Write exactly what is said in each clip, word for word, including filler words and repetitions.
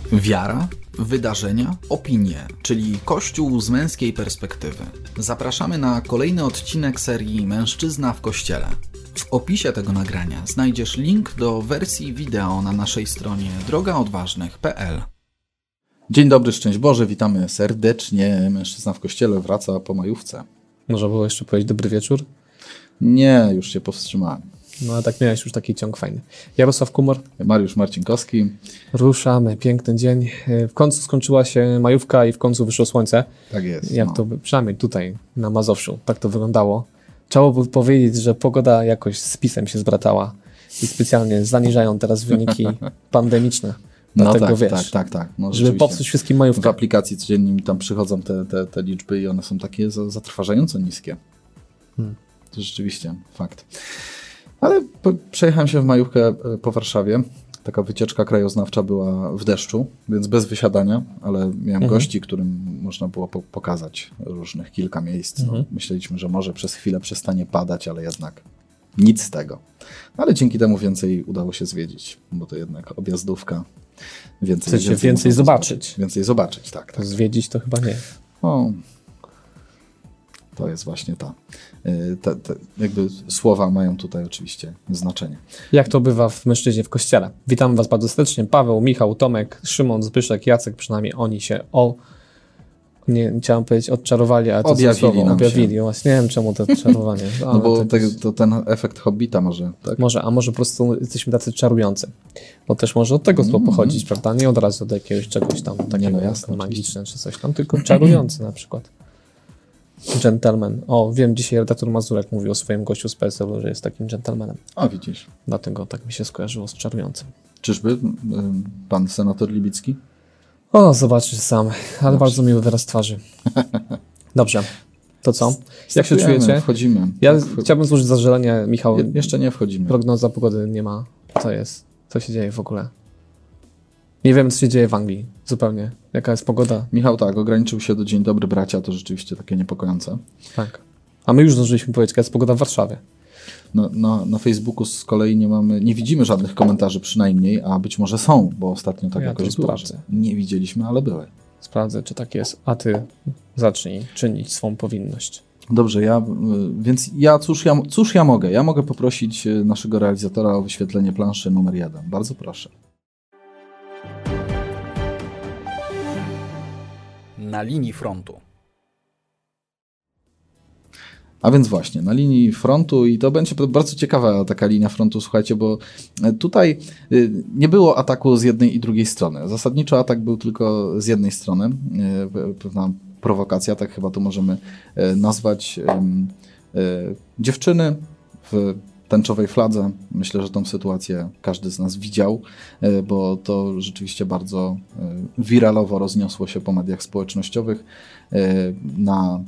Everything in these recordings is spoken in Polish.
Wiara, wydarzenia, opinie, czyli Kościół z męskiej perspektywy. Zapraszamy na kolejny odcinek serii Mężczyzna w Kościele. W opisie tego nagrania znajdziesz link do wersji wideo na naszej stronie droga odważnych kropka p l. Dzień dobry, szczęść Boże, witamy serdecznie. Mężczyzna w Kościele wraca po majówce. Można było jeszcze powiedzieć dobry wieczór? Nie, już się powstrzymałem. No a tak miałeś już taki ciąg fajny. Jarosław Kumor. Mariusz Marcinkowski. Ruszamy, piękny dzień. W końcu skończyła się majówka i w końcu wyszło słońce. Tak jest. Jak no. to, przynajmniej tutaj na Mazowszu, tak to wyglądało. Trzeba by powiedzieć, że pogoda jakoś z pisem się zbratała i specjalnie zaniżają teraz wyniki pandemiczne. Dlatego no tak, wiesz, tak, tak, tak. No, żeby popsuć wszystkim majówkę. W aplikacji codziennie mi tam przychodzą te, te, te liczby i one są takie zatrważająco niskie. Hmm. To rzeczywiście fakt. Ale po, przejechałem się w majówkę po Warszawie. Taka wycieczka krajoznawcza była w deszczu, więc bez wysiadania, ale miałem mhm. gości, którym można było po, pokazać różnych kilka miejsc. Mhm. No, myśleliśmy, że może przez chwilę przestanie padać, ale jednak nic z tego. Ale dzięki temu więcej udało się zwiedzić, bo to jednak objazdówka. Więcej, Chcecie więcej, więcej zobaczyć. Więcej zobaczyć, tak. tak. Zwiedzić to chyba nie. O, to jest właśnie ta, te, te, jakby słowa mają tutaj oczywiście znaczenie. Jak to bywa w Mężczyźnie w Kościele? Witam Was bardzo serdecznie. Paweł, Michał, Tomek, Szymon, Zbyszek, Jacek, przynajmniej oni się o... Nie chciałem powiedzieć odczarowali, ale to objawili słowo, nam objawili. Się. Właśnie nie wiem czemu to odczarowanie. No bo tak te, to ten efekt Hobbita może, tak? Może, a może po prostu jesteśmy tacy czarujący. Bo też może od tego słowa mm. pochodzić, prawda? Nie od razu do jakiegoś czegoś tam takiego no jasne, magiczne czy coś tam, tylko czarujący na przykład. Gentleman. O, wiem, dzisiaj redaktor Mazurek mówił o swoim gościu z P S L u, że jest takim gentlemanem. A widzisz. Dlatego tak mi się skojarzyło z czarującym. Czyżby y, pan senator Libicki? O, zobaczysz sam, ale Dobrze. Bardzo miły wyraz twarzy. Dobrze, to co? Jak się czujecie? Wchodzimy. Ja Wchod... chciałbym złożyć zażalenie, Michał. Je, jeszcze nie wchodzimy. Prognoza pogody nie ma. Co jest? Co się dzieje w ogóle? Nie wiem, co się dzieje w Anglii. Zupełnie. Jaka jest pogoda? Michał, tak, ograniczył się do dzień dobry bracia, to rzeczywiście takie niepokojące. Tak. A my już zdążyliśmy powiedzieć, jaka jest pogoda w Warszawie. No, na, na Facebooku z kolei nie mamy, nie widzimy żadnych komentarzy przynajmniej, a być może są, bo ostatnio tak ja jakoś było. Nie widzieliśmy, ale były. Sprawdzę, czy tak jest. A ty zacznij czynić swą powinność. Dobrze, ja, więc ja cóż, ja, cóż ja mogę? Ja mogę poprosić naszego realizatora o wyświetlenie planszy numer jeden. Bardzo proszę. Na linii frontu. A więc właśnie, na linii frontu i to będzie bardzo ciekawa taka linia frontu, słuchajcie, bo tutaj nie było ataku z jednej i drugiej strony. Zasadniczo atak był tylko z jednej strony. Pewna prowokacja, tak chyba to możemy nazwać. Dziewczyny w tęczowej fladze. Myślę, że tą sytuację każdy z nas widział, bo to rzeczywiście bardzo wiralowo rozniosło się po mediach społecznościowych na...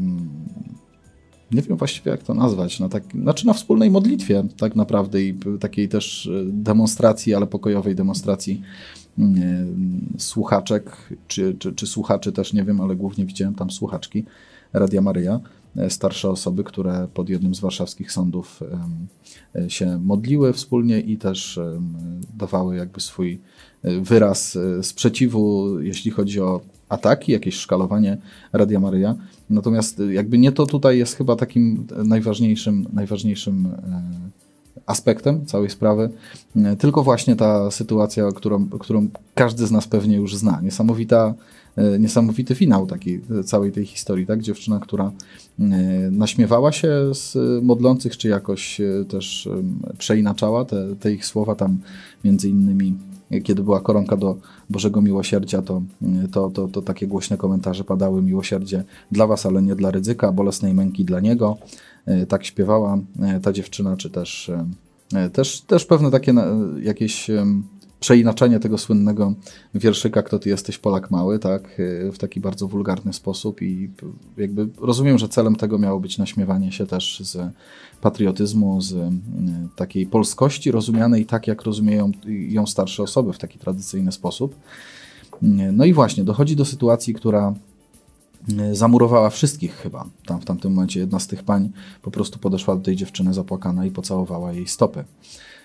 Nie wiem właściwie jak to nazwać, na tak, znaczy na wspólnej modlitwie tak naprawdę i takiej też demonstracji, ale pokojowej demonstracji nie, słuchaczek, czy, czy, czy słuchaczy też, nie wiem, ale głównie widziałem tam słuchaczki Radia Maryja, starsze osoby, które pod jednym z warszawskich sądów um, się modliły wspólnie i też um, dawały jakby swój wyraz sprzeciwu, jeśli chodzi o ataki, jakieś szkalowanie Radia Maryja. Natomiast jakby nie to tutaj jest chyba takim najważniejszym, najważniejszym aspektem całej sprawy, tylko właśnie ta sytuacja, którą, którą każdy z nas pewnie już zna. Niesamowita, niesamowity finał takiej, całej tej historii, tak? Dziewczyna, która naśmiewała się z modlących, czy jakoś też przeinaczała te, te ich słowa tam między innymi. Kiedy była koronka do Bożego Miłosierdzia, to, to, to, to takie głośne komentarze padały: miłosierdzie dla was, ale nie dla Rydzyka, bolesnej męki dla niego. Tak śpiewała ta dziewczyna, czy też, też, też pewne takie jakieś przeinaczenie tego słynnego wierszyka Kto ty jesteś, Polak mały, tak, w taki bardzo wulgarny sposób i jakby rozumiem, że celem tego miało być naśmiewanie się też z patriotyzmu, z takiej polskości rozumianej tak, jak rozumieją ją starsze osoby w taki tradycyjny sposób. No i właśnie, dochodzi do sytuacji, która zamurowała wszystkich chyba. Tam w tamtym momencie jedna z tych pań po prostu podeszła do tej dziewczyny zapłakana i pocałowała jej stopy.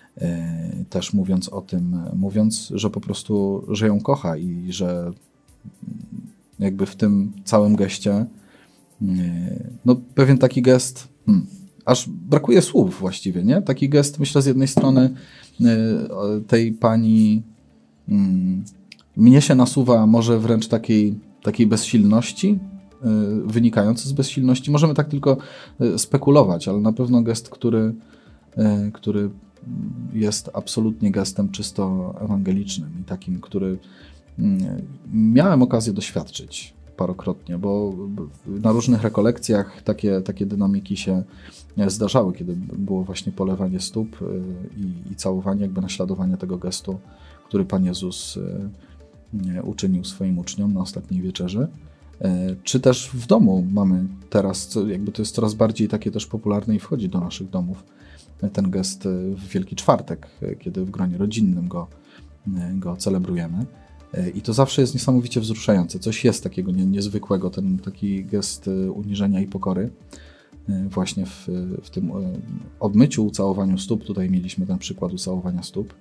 też mówiąc o tym, mówiąc, że po prostu, że ją kocha i że jakby w tym całym geście no pewien taki gest, hmm, aż brakuje słów właściwie, nie? Taki gest, myślę, z jednej strony tej pani hmm, mnie się nasuwa może wręcz takiej, takiej bezsilności, wynikający z bezsilności. Możemy tak tylko spekulować, ale na pewno gest, który, który jest absolutnie gestem czysto ewangelicznym i takim, który miałem okazję doświadczyć parokrotnie, bo na różnych rekolekcjach takie, takie dynamiki się zdarzały, kiedy było właśnie polewanie stóp i, i całowanie, jakby naśladowanie tego gestu, który Pan Jezus uczynił swoim uczniom na ostatniej wieczerzy. Czy też w domu mamy teraz, jakby to jest coraz bardziej takie też popularne i wchodzi do naszych domów, ten gest w Wielki Czwartek, kiedy w gronie rodzinnym go, go celebrujemy. I to zawsze jest niesamowicie wzruszające. Coś jest takiego nie, niezwykłego, ten taki gest uniżenia i pokory. Właśnie w, w tym obmyciu, ucałowaniu stóp, tutaj mieliśmy ten przykład ucałowania stóp.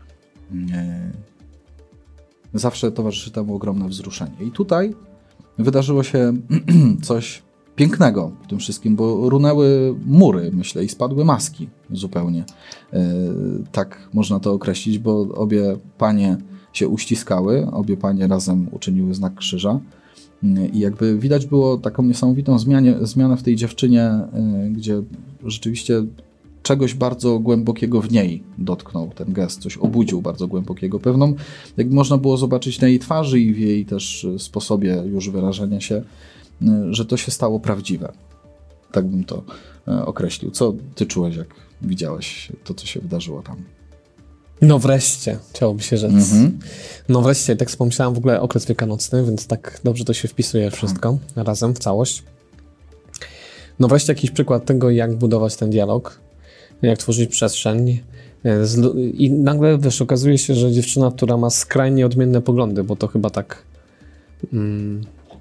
Zawsze towarzyszy temu ogromne wzruszenie. I tutaj wydarzyło się coś pięknego w tym wszystkim, bo runęły mury, myślę, i spadły maski zupełnie. Tak można to określić, bo obie panie się uściskały, obie panie razem uczyniły znak krzyża i jakby widać było taką niesamowitą zmianę, zmianę w tej dziewczynie, gdzie rzeczywiście czegoś bardzo głębokiego w niej dotknął ten gest, coś obudził bardzo głębokiego. Pewną, jakby można było zobaczyć na jej twarzy i w jej też sposobie już wyrażania się, że to się stało prawdziwe. Tak bym to określił. Co ty czułeś, jak widziałeś to, co się wydarzyło tam? No wreszcie, chciałoby się rzec. Mm-hmm. No wreszcie, tak pomyślałem w ogóle okres wielkanocny, więc tak dobrze to się wpisuje wszystko razem, w całość. No wreszcie jakiś przykład tego, jak budować ten dialog, jak tworzyć przestrzeń. I nagle, wiesz, okazuje się, że dziewczyna, która ma skrajnie odmienne poglądy, bo to chyba tak... Mm,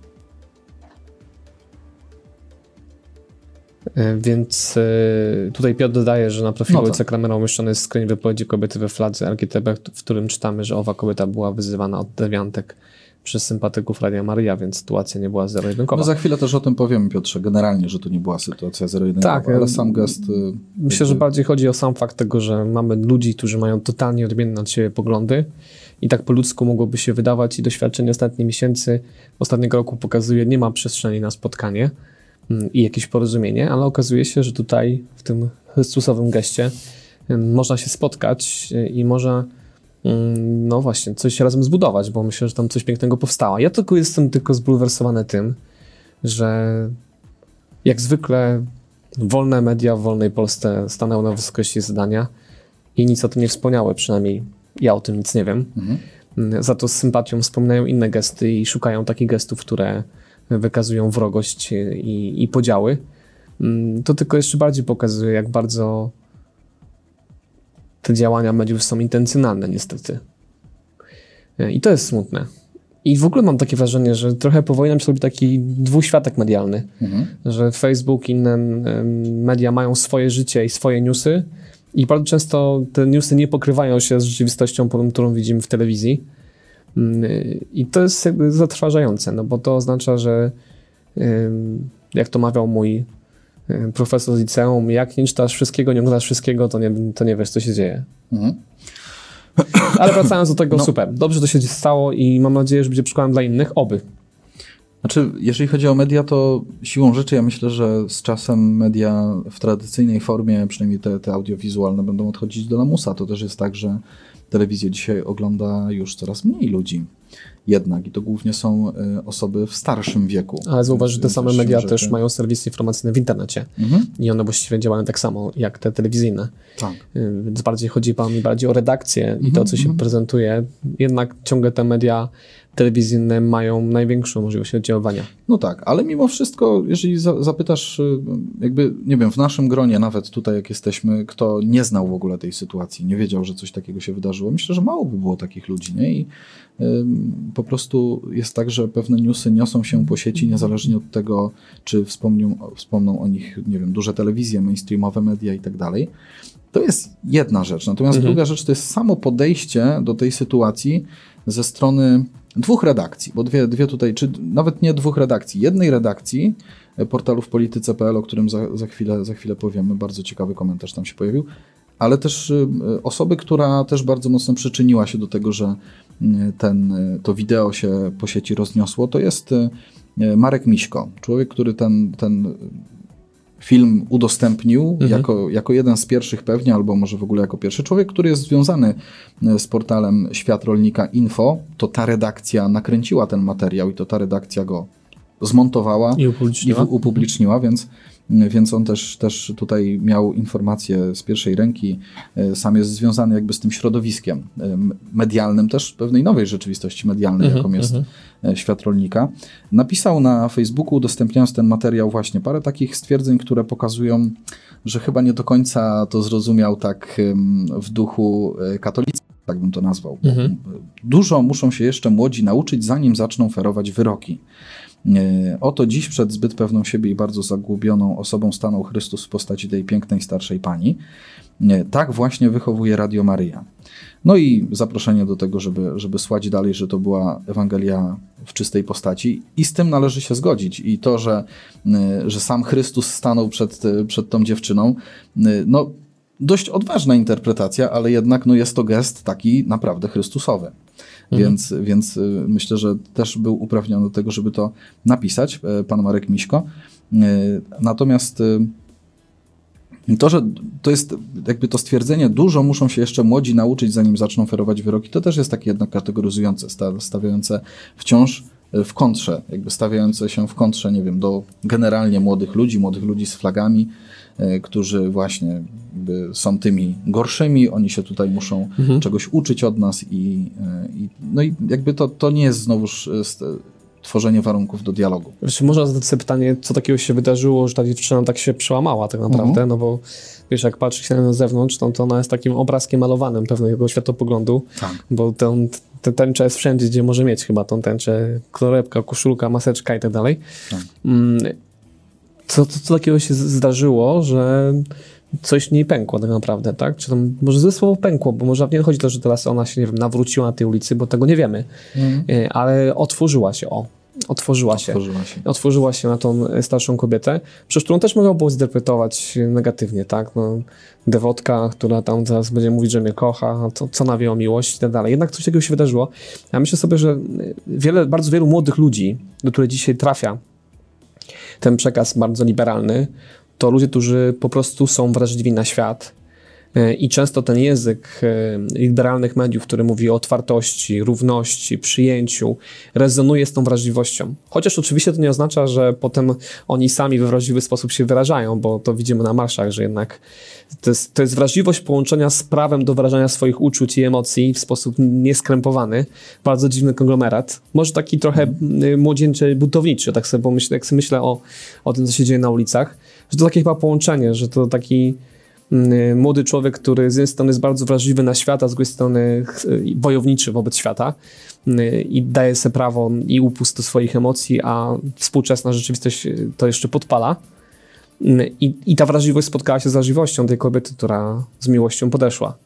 Więc tutaj Piotr dodaje, że na profilu ojca no tak. Kramera umieszczony jest screen wypowiedzi kobiety we fladze L G T B, w którym czytamy, że owa kobieta była wyzywana od dewiantek przez sympatyków Radia Maryja, więc sytuacja nie była zero-jedynkowa. No za chwilę też o tym powiem, Piotrze, generalnie, że to nie była sytuacja zero-jedynkowa, tak, ale sam gest... Myślę, jakby... że bardziej chodzi o sam fakt tego, że mamy ludzi, którzy mają totalnie odmienne od siebie poglądy i tak po ludzku mogłoby się wydawać i doświadczenie ostatnich miesięcy, ostatniego roku pokazuje, nie ma przestrzeni na spotkanie i jakieś porozumienie, ale okazuje się, że tutaj w tym Chrystusowym geście można się spotkać i może no właśnie coś razem zbudować, bo myślę, że tam coś pięknego powstało. Ja tylko jestem tylko zbulwersowany tym, że jak zwykle wolne media w wolnej Polsce stanęły na wysokości zadania i nic o tym nie wspomniały, przynajmniej ja o tym nic nie wiem. Mhm. Za to z sympatią wspominają inne gesty i szukają takich gestów, które wykazują wrogość i, i podziały. To tylko jeszcze bardziej pokazuje, jak bardzo te działania mediów są intencjonalne niestety. I to jest smutne. I w ogóle mam takie wrażenie, że trochę powoli nam się robi taki dwuświatek medialny, mhm. że Facebook i inne media mają swoje życie i swoje newsy i bardzo często te newsy nie pokrywają się z rzeczywistością, którą widzimy w telewizji. I to jest jakby zatrważające, no bo to oznacza, że jak to mawiał mój profesor z liceum, jak nie czytasz wszystkiego, nie oglądasz wszystkiego, to nie, to nie wiesz, co się dzieje. Mhm. Ale wracając do tego, no. Super. Dobrze to się stało i mam nadzieję, że będzie przykładem dla innych, oby. Znaczy, jeżeli chodzi o media, to siłą rzeczy ja myślę, że z czasem media w tradycyjnej formie, przynajmniej te, te audiowizualne, będą odchodzić do lamusa. To też jest tak, że telewizję dzisiaj ogląda już coraz mniej ludzi jednak i to głównie są y, osoby w starszym wieku. Ale zauważ, że te same media też te... mają serwisy informacyjne w internecie mhm. i one właściwie działają tak samo jak te telewizyjne. Tak. Y, więc bardziej chodzi mi bardziej o redakcję mhm, i to, co się mhm. prezentuje. Jednak ciągle te media telewizyjne mają największą możliwość oddziaływania. No tak, ale mimo wszystko, jeżeli za, zapytasz, jakby, nie wiem, w naszym gronie, nawet tutaj jak jesteśmy, kto nie znał w ogóle tej sytuacji, nie wiedział, że coś takiego się wydarzyło, myślę, że mało by było takich ludzi, nie? I y, po prostu jest tak, że pewne newsy niosą się po sieci, niezależnie od tego, czy wspomnią, wspomną o nich, nie wiem, duże telewizje, mainstreamowe media i tak dalej. To jest jedna rzecz. Natomiast mhm. druga rzecz to jest samo podejście do tej sytuacji ze strony dwóch redakcji, bo dwie, dwie tutaj, czy nawet nie dwóch redakcji, jednej redakcji portalu w polityce kropka p l, o którym za, za, chwilę, za chwilę powiemy, bardzo ciekawy komentarz tam się pojawił, ale też osoby, która też bardzo mocno przyczyniła się do tego, że ten, to wideo się po sieci rozniosło, to jest Marek Miśko, człowiek, który ten, ten film udostępnił mhm. jako, jako jeden z pierwszych pewnie, albo może w ogóle jako pierwszy człowiek, który jest związany z portalem Świat Rolnika Info, to ta redakcja nakręciła ten materiał i to ta redakcja go zmontowała i upubliczniła, i upubliczniła więc, więc on też, też tutaj miał informacje z pierwszej ręki. Sam jest związany jakby z tym środowiskiem medialnym, też pewnej nowej rzeczywistości medialnej, mm-hmm, jaką jest mm-hmm. Świat Rolnika. Napisał na Facebooku, udostępniając ten materiał, właśnie parę takich stwierdzeń, które pokazują, że chyba nie do końca to zrozumiał tak w duchu katolickim, tak bym to nazwał. Mm-hmm. Dużo muszą się jeszcze młodzi nauczyć, zanim zaczną ferować wyroki. Oto dziś przed zbyt pewną siebie i bardzo zagubioną osobą stanął Chrystus w postaci tej pięknej starszej pani. Tak właśnie wychowuje Radio Maryja. No i zaproszenie do tego, żeby, żeby słać dalej, że to była Ewangelia w czystej postaci i z tym należy się zgodzić. I to, że, że sam Chrystus stanął przed, przed tą dziewczyną, no dość odważna interpretacja, ale jednak no, jest to gest taki naprawdę chrystusowy. Mhm. Więc, więc myślę, że też był uprawniony do tego, żeby to napisać, pan Marek Miśko. Natomiast to, że to jest jakby to stwierdzenie, dużo muszą się jeszcze młodzi nauczyć, zanim zaczną ferować wyroki, to też jest takie jednak kategoryzujące, stawiające wciąż w kontrze, jakby stawiające się w kontrze, nie wiem, do generalnie młodych ludzi, młodych ludzi z flagami, którzy właśnie są tymi gorszymi, oni się tutaj muszą mhm. czegoś uczyć od nas i, i no i jakby to, to nie jest znowuż tworzenie warunków do dialogu. Wiesz, można zadać sobie pytanie, co takiego się wydarzyło, że ta dziewczyna tak się przełamała tak naprawdę, mhm. no bo wiesz, jak patrzysz się na zewnątrz, to, to ona jest takim obrazkiem malowanym pewnego światopoglądu, tak. bo ten, ten tęcza jest wszędzie, gdzie może mieć chyba tą tęczę, torebka, koszulka, maseczka i tak dalej. Tak. Co, co, co takiego się zdarzyło, że coś nie pękło tak naprawdę, tak? Czy tam może ze słowo pękło, bo może nie chodzi o to, że teraz ona się, nie wiem, nawróciła na tej ulicy, bo tego nie wiemy, mm. ale otworzyła się, o, otworzyła się. Otworzyła się. Otworzyła się na tą starszą kobietę, przez którą też można było zinterpretować negatywnie, tak? No, dewotka, która tam zaraz będzie mówić, że mnie kocha, to, co ona wie o miłości i tak dalej. Jednak coś takiego się wydarzyło. Ja myślę sobie, że wiele, bardzo wielu młodych ludzi, do których dzisiaj trafia ten przekaz bardzo liberalny, to ludzie, którzy po prostu są wrażliwi na świat i często ten język liberalnych mediów, który mówi o otwartości, równości, przyjęciu, rezonuje z tą wrażliwością. Chociaż oczywiście to nie oznacza, że potem oni sami we wrażliwy sposób się wyrażają, bo to widzimy na marszach, że jednak to jest, to jest wrażliwość połączenia z prawem do wyrażania swoich uczuć i emocji w sposób nieskrępowany. Bardzo dziwny konglomerat. Może taki trochę młodzieńczy, buntowniczy, tak sobie pomyślę, jak sobie myślę o, o tym, co się dzieje na ulicach, że to takie chyba połączenie, że to taki młody człowiek, który z jednej strony jest bardzo wrażliwy na świat, a z drugiej strony wojowniczy wobec świata i daje sobie prawo i upust do swoich emocji, a współczesna rzeczywistość to jeszcze podpala. I, i ta wrażliwość spotkała się z wrażliwością tej kobiety, która z miłością podeszła.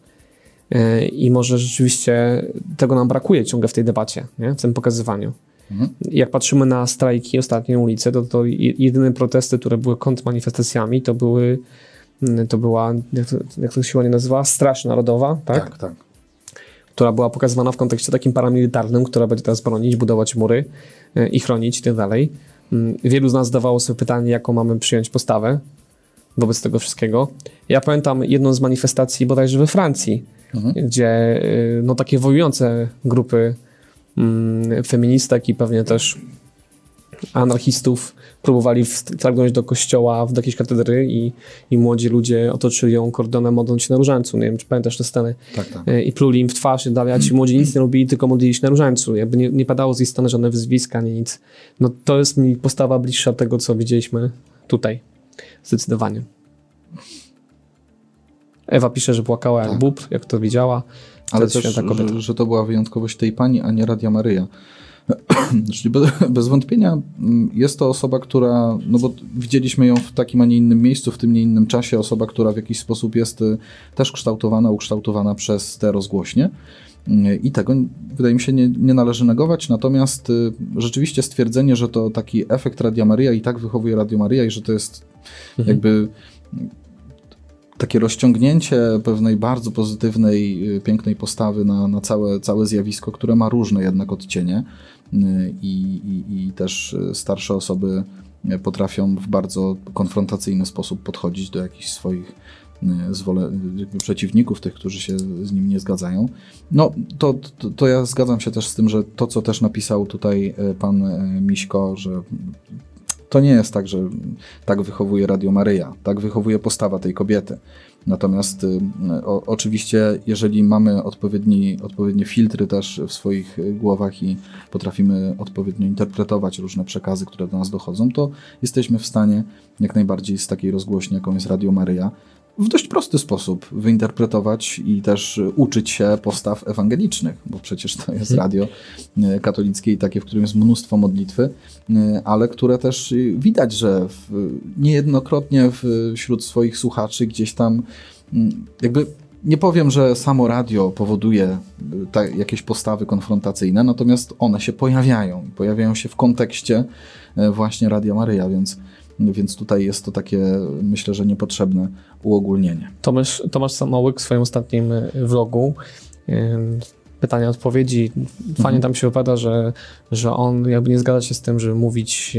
I może rzeczywiście tego nam brakuje ciągle w tej debacie, nie? W tym pokazywaniu. Mhm. Jak patrzymy na strajki ostatnie ulice, to, to jedyne protesty, które były kontrmanifestacjami, to były to była, jak to, jak to się ładnie nazywa, Straż Narodowa, tak? Tak, tak. Która była pokazywana w kontekście takim paramilitarnym, która będzie teraz bronić, budować mury i chronić i tak dalej. Wielu z nas zadawało sobie pytanie, jaką mamy przyjąć postawę wobec tego wszystkiego. Ja pamiętam jedną z manifestacji bodajże we Francji, mhm. gdzie no, takie wojujące grupy mm, feministek i pewnie też anarchistów próbowali wtargnąć do kościoła, do jakiejś katedry i, i młodzi ludzie otoczyli ją kordonem, modląc się na różańcu. Nie wiem, czy pamiętasz te sceny? Tak, tak. I pluli im w twarz i dalej, a ci młodzi nic nie robili, tylko modlili się na różańcu. Jakby nie, nie padało z ich strony żadne wyzwiska, ani nic. No to jest mi postawa bliższa tego, co widzieliśmy tutaj. Zdecydowanie. Ewa pisze, że płakała jak tak. bób, jak to widziała. To Ale też, że, że to była wyjątkowość tej pani, a nie Radia Maryja. Czyli bez, bez wątpienia jest to osoba, która, no bo widzieliśmy ją w takim, a nie innym miejscu, w tym nie innym czasie, osoba, która w jakiś sposób jest też kształtowana, ukształtowana przez te rozgłośnie i tego, wydaje mi się, nie, nie należy negować, natomiast rzeczywiście stwierdzenie, że to taki efekt Radia Maryja i tak wychowuje Radio Maryja i że to jest mhm. jakby takie rozciągnięcie pewnej bardzo pozytywnej, pięknej postawy na, na całe, całe zjawisko, które ma różne jednak odcienie i, i, i też starsze osoby potrafią w bardzo konfrontacyjny sposób podchodzić do jakichś swoich zwole, przeciwników, tych, którzy się z nim nie zgadzają. No, to, to, to ja zgadzam się też z tym, że to, co też napisał tutaj pan Miśko, że to nie jest tak, że tak wychowuje Radio Maryja, tak wychowuje postawa tej kobiety. Natomiast o, oczywiście, jeżeli mamy odpowiedni, odpowiednie filtry też w swoich głowach i potrafimy odpowiednio interpretować różne przekazy, które do nas dochodzą, to jesteśmy w stanie jak najbardziej z takiej rozgłośni, jaką jest Radio Maryja, w dość prosty sposób wyinterpretować i też uczyć się postaw ewangelicznych, bo przecież to jest radio katolickie i takie, w którym jest mnóstwo modlitwy, ale które też widać, że w, niejednokrotnie wśród swoich słuchaczy gdzieś tam jakby nie powiem, że samo radio powoduje ta, jakieś postawy konfrontacyjne, natomiast one się pojawiają. Pojawiają się w kontekście właśnie Radia Maryja, więc Więc tutaj jest to takie, myślę, że niepotrzebne uogólnienie. Tomasz, Tomasz Samołyk w swoim ostatnim vlogu, pytania, odpowiedzi, fajnie mhm. tam się wypada, że, że on jakby nie zgadza się z tym, żeby mówić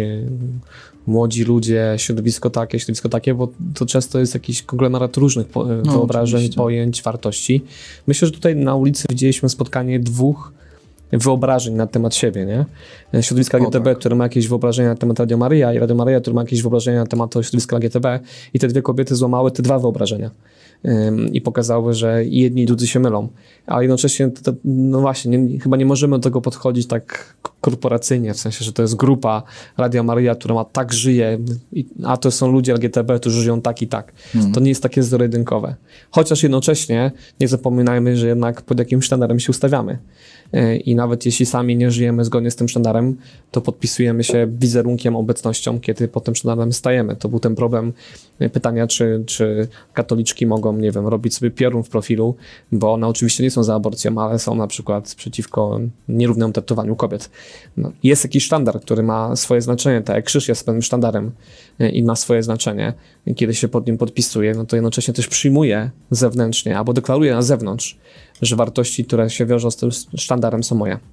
młodzi ludzie, środowisko takie, środowisko takie, bo to często jest jakiś konglomerat różnych po, no, wyobrażeń, oczywiście. Pojęć, wartości. Myślę, że tutaj na ulicy widzieliśmy spotkanie dwóch wyobrażeń na temat siebie, nie? Środowiska L G T B, tak. które ma jakieś wyobrażenia na temat Radio Maryja i Radio Maryja, które ma jakieś wyobrażenia na temat środowiska L G T B i te dwie kobiety złamały te dwa wyobrażenia ym, i pokazały, że jedni i drudzy się mylą, ale jednocześnie to, to, no właśnie, nie, chyba nie możemy do tego podchodzić tak korporacyjnie, w sensie, że to jest grupa Radia Maryja, która ma tak żyje, a to są ludzie L G T B, którzy żyją tak i tak. Hmm. To nie jest takie zero-jedynkowe. Chociaż jednocześnie nie zapominajmy, że jednak pod jakimś sztandarem się ustawiamy. I nawet jeśli sami nie żyjemy zgodnie z tym sztandarem, to podpisujemy się wizerunkiem, obecnością, kiedy pod tym sztandarem stajemy. To był ten problem pytania, czy, czy katoliczki mogą, nie wiem, robić sobie piorun w profilu, bo one oczywiście nie są za aborcją, ale są na przykład przeciwko nierównemu traktowaniu kobiet. No, jest jakiś sztandar, który ma swoje znaczenie, tak jak krzyż jest pewnym sztandarem i ma swoje znaczenie. I kiedy się pod nim podpisuje, no to jednocześnie też przyjmuje zewnętrznie albo deklaruje na zewnątrz, że wartości, które się wiążą z tym sztandarem, są moje.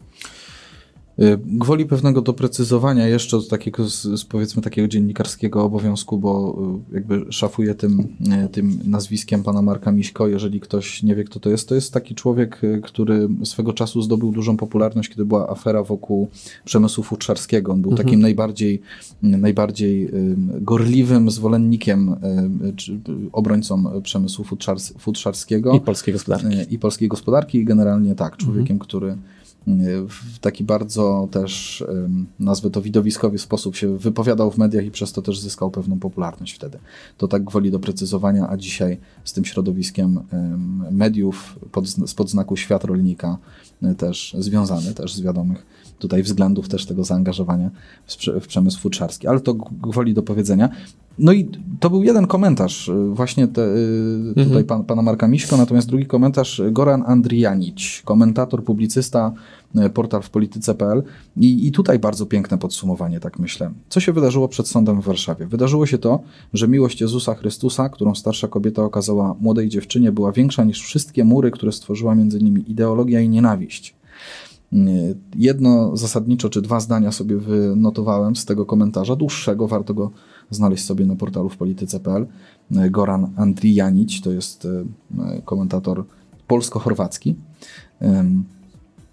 Gwoli pewnego doprecyzowania jeszcze z takiego, z, powiedzmy takiego dziennikarskiego obowiązku, bo jakby szafuję tym, tym nazwiskiem pana Marka Miśko. Jeżeli ktoś nie wie, kto to jest, to jest taki człowiek, który swego czasu zdobył dużą popularność, kiedy była afera wokół przemysłu futrzarskiego. On był mhm. takim najbardziej, najbardziej gorliwym zwolennikiem, czy obrońcą przemysłu futrzars, futrzarskiego. I polskiej gospodarki. I polskiej gospodarki i generalnie tak, człowiekiem, mhm. który w taki bardzo też, nazwę to widowiskowy sposób się wypowiadał w mediach i przez to też zyskał pewną popularność wtedy. To tak gwoli doprecyzowania, a dzisiaj z tym środowiskiem mediów pod, spod znaku Świat Rolnika też związany, też z wiadomych tutaj względów też tego zaangażowania w, w przemysł futrzarski. Ale to gwoli do powiedzenia. No i to był jeden komentarz właśnie te, tutaj mhm. pan, pana Marka Miśko, natomiast drugi komentarz Goran Andrijanić, komentator, publicysta, portal w polityce kropka p l I, i tutaj bardzo piękne podsumowanie, tak myślę. Co się wydarzyło przed sądem w Warszawie? Wydarzyło się to, że miłość Jezusa Chrystusa, którą starsza kobieta okazała młodej dziewczynie, była większa niż wszystkie mury, które stworzyła między nimi ideologia i nienawiść. Jedno zasadniczo, czy dwa zdania sobie wynotowałem z tego komentarza, dłuższego, warto go znaleźć sobie na portalu w polityce kropka p l. Goran Andrijanić, to jest komentator polsko-chorwacki.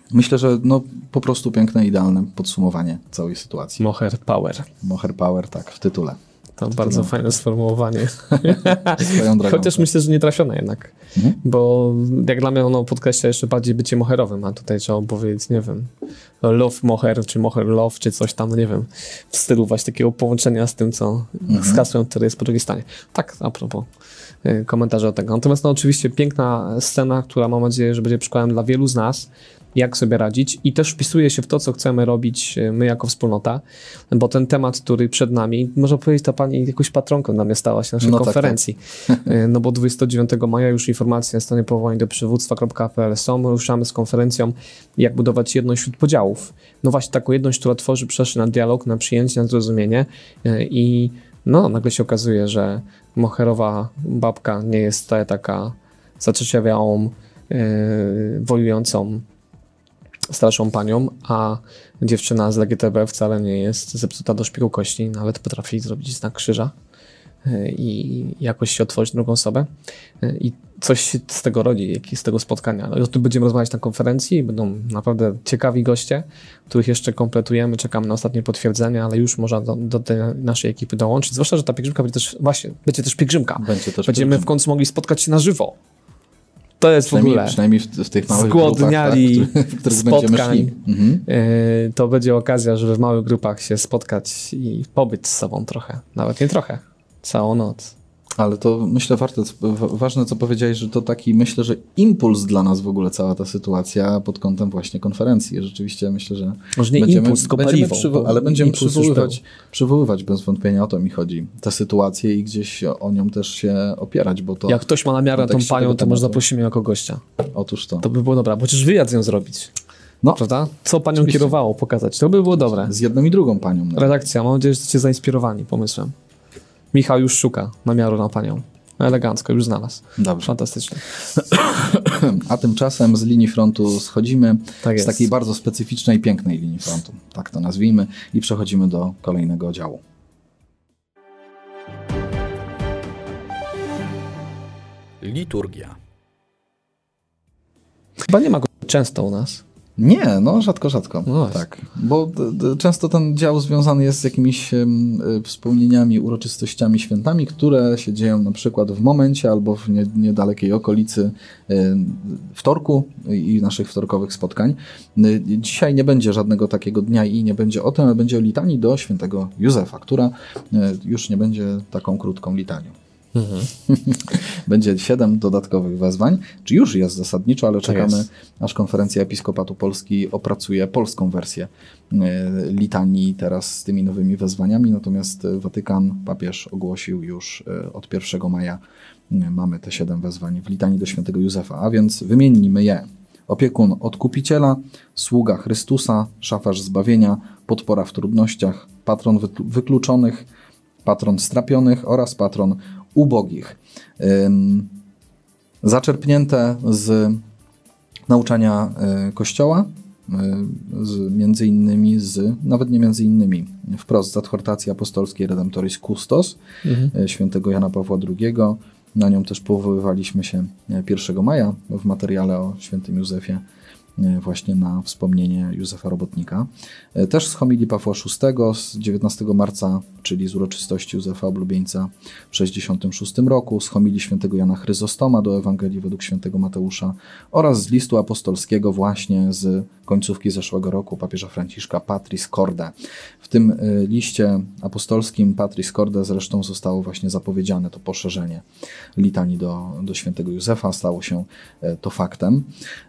Myślę, że no, po prostu piękne, idealne podsumowanie całej sytuacji. Moher Power. Moher Power, tak, w tytule. To bardzo no. fajne sformułowanie. Chociaż tak. myślę, że nie trafione jednak. Mhm. Bo jak dla mnie ono podkreśla jeszcze bardziej bycie moherowym, a tutaj trzeba powiedzieć, nie wiem, love moher, czy moher love, czy coś tam, nie wiem, w stylu właśnie takiego połączenia z tym, co mhm. z hasłem, które jest po drugiej stronie. Tak, a propos y, komentarza o tego. Natomiast no oczywiście piękna scena, która mam nadzieję, że będzie przykładem dla wielu z nas, jak sobie radzić i też wpisuje się w to, co chcemy robić my jako wspólnota, bo ten temat, który przed nami, można powiedzieć, ta pani jakąś patronką dla mnie stała się naszej no konferencji. Tak, tak. No bo dwudziestego dziewiątego maja już informacje na stronie powołań do przywództwa kropka p l są, ruszamy z konferencją, jak budować jedność wśród podziałów. No właśnie taką jedność, która tworzy przestrzeń na dialog, na przyjęcie, na zrozumienie i no nagle się okazuje, że moherowa babka nie jest ta taka zatrzeciawiałą, yy, wojującą starszą panią, a dziewczyna z L G T B wcale nie jest zepsuta do szpiku kości, nawet potrafi zrobić znak krzyża i jakoś się otworzyć drugą osobę. I coś się z tego rodzi, z tego spotkania. O tym będziemy rozmawiać na konferencji, będą naprawdę ciekawi goście, których jeszcze kompletujemy, czekamy na ostatnie potwierdzenia, ale już można do, do tej naszej ekipy dołączyć. Zwłaszcza, że ta pielgrzymka będzie też, właśnie, będzie też pielgrzymka. Będzie też Będziemy pielgrzymka. w końcu mogli spotkać się na żywo. To jest w ogóle. Przynajmniej w, w tych małych zgłodniali grupach, tak, w których spotkań. będziemy szli. Mhm. Yy, to będzie okazja, żeby w małych grupach się spotkać i pobyć z sobą trochę. Nawet nie trochę. Całą noc. Ale to myślę warte, ważne co powiedziałeś, że to taki, myślę, że impuls dla nas w ogóle cała ta sytuacja pod kątem właśnie konferencji. Rzeczywiście myślę, że może nie będziemy, impuls, tylko będziemy paliwo, przywo- ale będziemy przywoływać, był. przywoływać bez wątpienia, o to mi chodzi, tę sytuację i gdzieś o nią też się opierać, bo to... Jak ktoś ma namiar na tą panią, to może zaprosimy jako gościa. Otóż to. To by było dobra, bo chociaż wywiad z nią zrobić. No. Prawda? Co panią Oczywiście. kierowało, pokazać. To by było dobre. Z jedną i drugą panią. Nawet. Redakcja, mam nadzieję, że jesteście zainspirowani pomysłem. Michał już szuka namiaru na panią. Elegancko, już znalazł. Dobrze. Fantastycznie. A tymczasem z linii frontu schodzimy tak z takiej bardzo specyficznej, pięknej linii frontu, tak to nazwijmy, i przechodzimy do kolejnego działu. Liturgia. Chyba nie ma go często u nas. Nie, no rzadko, rzadko. No tak, bo d- d- często ten dział związany jest z jakimiś y, wspomnieniami, uroczystościami, świętami, które się dzieją na przykład w momencie albo w nie, niedalekiej okolicy y, wtorku i naszych wtorkowych spotkań. Y, dzisiaj nie będzie żadnego takiego dnia i nie będzie o tym, ale będzie o litanii do świętego Józefa, która y, już nie będzie taką krótką litanią. Mhm. Będzie siedem dodatkowych wezwań, czy już jest zasadniczo, ale czekamy, aż Konferencja Episkopatu Polski opracuje polską wersję litanii teraz z tymi nowymi wezwaniami, natomiast Watykan, papież ogłosił już od pierwszego maja mamy te siedem wezwań w litanii do świętego Józefa, a więc wymieńmy je. Opiekun Odkupiciela, sługa Chrystusa, szafarz zbawienia, podpora w trudnościach, patron wykluczonych, patron strapionych oraz patron ubogich. Ym, zaczerpnięte z nauczania y, Kościoła, y, z, między innymi z, nawet nie między innymi, wprost z adhortacji apostolskiej Redemptoris Custos, mhm. y, świętego Jana Pawła drugiego. Na nią też powoływaliśmy się pierwszego maja w materiale o świętym Józefie, właśnie na wspomnienie Józefa Robotnika. Też z homilii Pawła szóstego z dziewiętnastego marca, czyli z uroczystości Józefa Oblubieńca w sześćdziesiątym szóstym roku, z homilii świętego Jana Chryzostoma do Ewangelii według świętego Mateusza oraz z listu apostolskiego właśnie z końcówki zeszłego roku papieża Franciszka Patris Corde. W tym liście apostolskim Patris Corde zresztą zostało właśnie zapowiedziane to poszerzenie litanii do, do świętego Józefa. Stało się to faktem.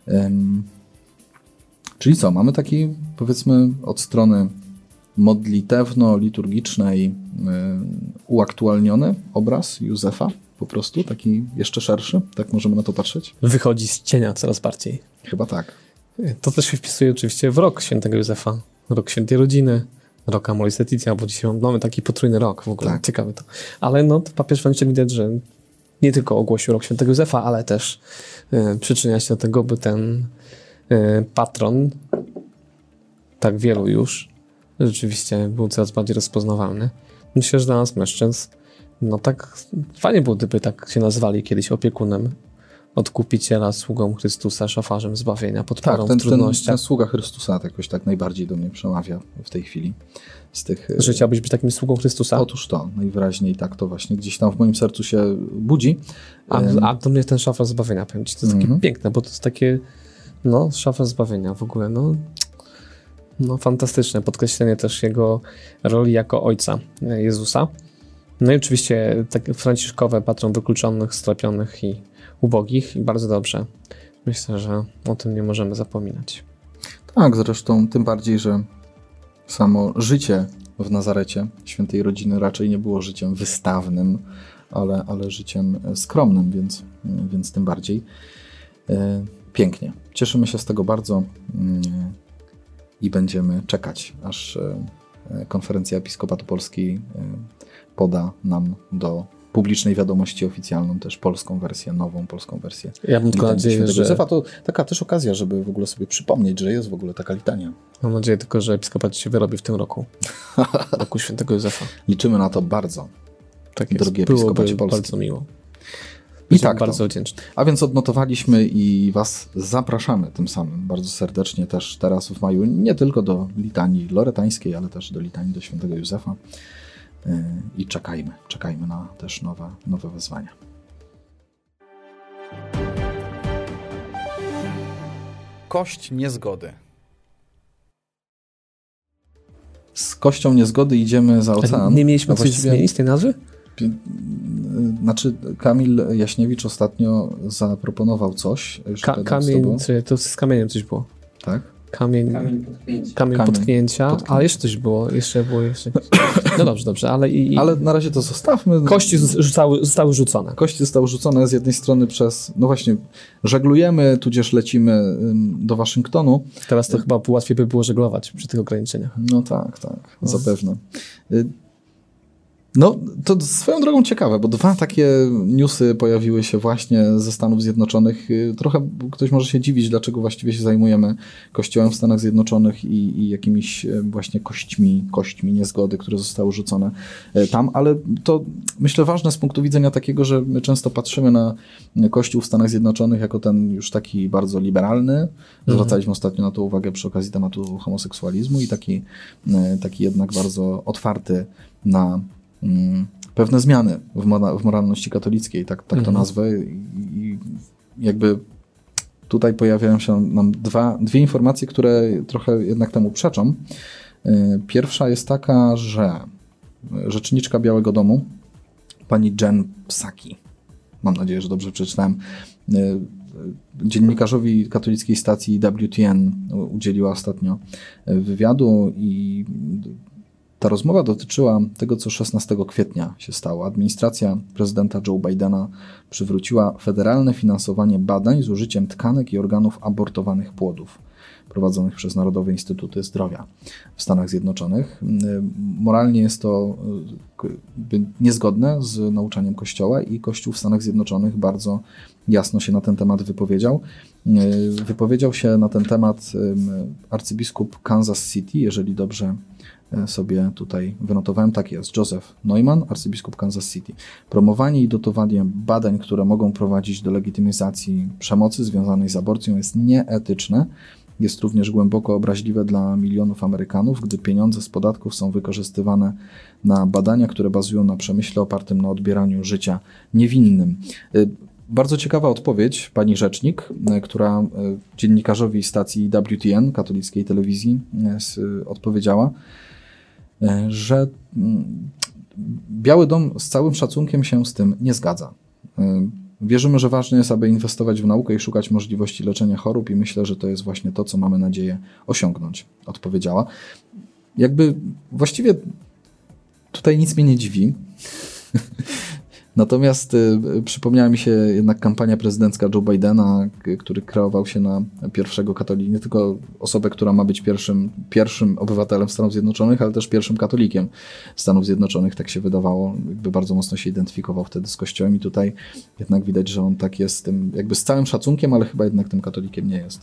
Czyli co, mamy taki, powiedzmy, od strony modlitewno-liturgicznej yy, uaktualniony obraz Józefa, po prostu, taki jeszcze szerszy, tak możemy na to patrzeć? Wychodzi z cienia coraz bardziej. Chyba tak. To też się wpisuje oczywiście w rok świętego Józefa, rok świętej rodziny, rok Amoris Laetitia, bo dzisiaj mamy taki potrójny rok w ogóle, tak. Ciekawe to. Ale no, to papież Franciszek widać, że nie tylko ogłosił rok świętego Józefa, ale też yy, przyczynia się do tego, by ten patron, tak wielu już, rzeczywiście był coraz bardziej rozpoznawalny. Myślę, że dla nas mężczyzn, no tak fajnie było, gdyby tak się nazwali kiedyś opiekunem odkupiciela, sługą Chrystusa, szafarzem zbawienia, podporą tak, ten, w trudnościach. Ten, ten sługa Chrystusa tak jakoś tak najbardziej do mnie przemawia w tej chwili. Z tych, że chciałbyś być takim sługą Chrystusa? Otóż to, najwyraźniej tak to właśnie gdzieś tam w moim sercu się budzi. A, a do mnie ten szafar zbawienia, powiem ci, to jest takie mm-hmm. piękne, bo to jest takie, no, szafar zbawienia w ogóle, no, no fantastyczne, podkreślenie też jego roli jako ojca Jezusa. No i oczywiście tak franciszkowe patrzą wykluczonych, strapionych i ubogich i bardzo dobrze. Myślę, że o tym nie możemy zapominać. Tak, zresztą tym bardziej, że samo życie w Nazarecie świętej rodziny raczej nie było życiem wystawnym, ale, ale życiem skromnym, więc, więc tym bardziej e, pięknie. Cieszymy się z tego bardzo e, i będziemy czekać, aż e, Konferencja Episkopatu Polski e, poda nam do publicznej wiadomości oficjalną też polską wersję, nową polską wersję. Ja mam tylko nadzieję, że... Józefa. To taka też okazja, żeby w ogóle sobie przypomnieć, że jest w ogóle taka litania. Mam nadzieję tylko, że episkopat się wyrobi w tym roku. Roku świętego Józefa. Liczymy na to bardzo. Tak jest. Drogi episkopacie polski. Bardzo miło. I tak bardzo to. wdzięczny. A więc odnotowaliśmy i was zapraszamy tym samym bardzo serdecznie też teraz w maju, nie tylko do litanii loretańskiej, ale też do litanii do świętego Józefa. I czekajmy, czekajmy na też nowe, nowe wezwania. Kość niezgody. Z kością niezgody idziemy za ocean. Nie mieliśmy coś właściwie... zmienić tej nazwy? Znaczy Kamil Jaśniewicz ostatnio zaproponował coś. Ka- kamień, to, to z kamieniem coś było. Tak? Kamień, kamień potknięcia, kamień potknięcia, potknięcia. Ale jeszcze coś było, jeszcze było jeszcze. No dobrze, dobrze, ale i, i... Ale na razie to zostawmy. Kości zostały, zostały rzucone. Kości zostały rzucone z jednej strony przez, no właśnie, żeglujemy, tudzież lecimy do Waszyngtonu. Teraz to chyba łatwiej by było żeglować przy tych ograniczeniach. No tak, tak, no. Zapewne. No, to swoją drogą ciekawe, bo dwa takie newsy pojawiły się właśnie ze Stanów Zjednoczonych. Trochę ktoś może się dziwić, dlaczego właściwie się zajmujemy Kościołem w Stanach Zjednoczonych i, i jakimiś właśnie kośćmi, kośćmi niezgody, które zostały rzucone tam, ale to myślę ważne z punktu widzenia takiego, że my często patrzymy na Kościół w Stanach Zjednoczonych jako ten już taki bardzo liberalny. Mhm. Zwracaliśmy ostatnio na to uwagę przy okazji tematu homoseksualizmu i taki, taki jednak bardzo otwarty na pewne zmiany w, mora- w moralności katolickiej, tak, tak to mhm. nazwę. I, I jakby tutaj pojawiają się nam dwa, dwie informacje, które trochę jednak temu przeczą. Pierwsza jest taka, że rzeczniczka Białego Domu, pani Jen Psaki, mam nadzieję, że dobrze przeczytałem, dziennikarzowi katolickiej stacji W T N udzieliła ostatnio wywiadu i ta rozmowa dotyczyła tego, co szesnastego kwietnia się stało. Administracja prezydenta Joe Bidena przywróciła federalne finansowanie badań z użyciem tkanek i organów abortowanych płodów prowadzonych przez Narodowe Instytuty Zdrowia w Stanach Zjednoczonych. Moralnie jest to niezgodne z nauczaniem Kościoła i Kościół w Stanach Zjednoczonych bardzo jasno się na ten temat wypowiedział. Wypowiedział się na ten temat arcybiskup Kansas City, jeżeli dobrze sobie tutaj wynotowałem, tak jest, Joseph Neumann, arcybiskup Kansas City. Promowanie i dotowanie badań, które mogą prowadzić do legitymizacji przemocy związanej z aborcją jest nieetyczne. Jest również głęboko obraźliwe dla milionów Amerykanów, gdy pieniądze z podatków są wykorzystywane na badania, które bazują na przemyśle opartym na odbieraniu życia niewinnym. Bardzo ciekawa odpowiedź pani rzecznik, która dziennikarzowi stacji W T N, katolickiej telewizji, odpowiedziała, że Biały Dom z całym szacunkiem się z tym nie zgadza. Wierzymy, że ważne jest, aby inwestować w naukę i szukać możliwości leczenia chorób i myślę, że to jest właśnie to, co mamy nadzieję osiągnąć, odpowiedziała. Jakby właściwie tutaj nic mnie nie dziwi. Natomiast y, przypomniała mi się jednak kampania prezydencka Joe Bidena, k- który kreował się na pierwszego katolika, nie tylko osobę, która ma być pierwszym, pierwszym obywatelem Stanów Zjednoczonych, ale też pierwszym katolikiem Stanów Zjednoczonych, tak się wydawało, jakby bardzo mocno się identyfikował wtedy z Kościołem i tutaj jednak widać, że on tak jest tym, jakby z całym szacunkiem, ale chyba jednak tym katolikiem nie jest.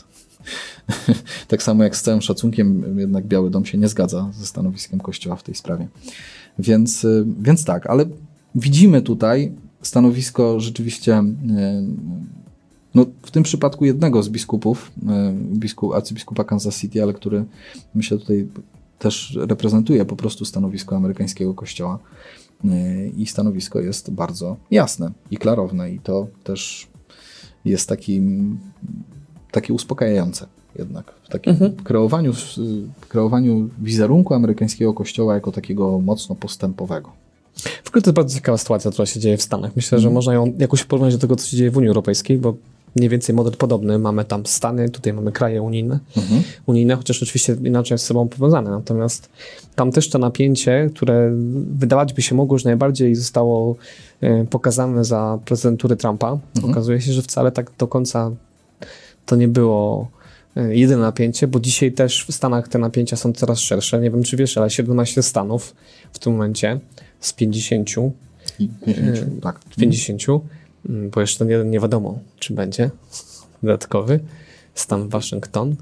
Tak samo jak z całym szacunkiem jednak Biały Dom się nie zgadza ze stanowiskiem Kościoła w tej sprawie. Więc, y, więc tak, ale widzimy tutaj stanowisko rzeczywiście No, w tym przypadku jednego z biskupów, biskup, arcybiskupa Kansas City, ale który myślę tutaj też reprezentuje po prostu stanowisko amerykańskiego kościoła i stanowisko jest bardzo jasne i klarowne i to też jest takim, takie uspokajające jednak w takim mhm. kreowaniu, kreowaniu wizerunku amerykańskiego kościoła jako takiego mocno postępowego. W ogóle to jest bardzo ciekawa sytuacja, która się dzieje w Stanach. Myślę, że mm. można ją jakoś porównać do tego, co się dzieje w Unii Europejskiej, bo mniej więcej model podobny. Mamy tam Stany, tutaj mamy kraje unijne, mm-hmm. unijne, chociaż oczywiście inaczej z sobą powiązane. Natomiast tam też to napięcie, które wydawać by się mogło, że najbardziej zostało e, pokazane za prezydentury Trumpa, mm-hmm. okazuje się, że wcale tak do końca to nie było e, jedyne napięcie, bo dzisiaj też w Stanach te napięcia są coraz szersze. Nie wiem, czy wiesz, ale siedemnaście stanów w tym momencie z pięćdziesięciu, I pięćdziesięciu, tak. pięćdziesięciu, bo jeszcze jeden nie wiadomo, czy będzie dodatkowy, stan Waszyngton.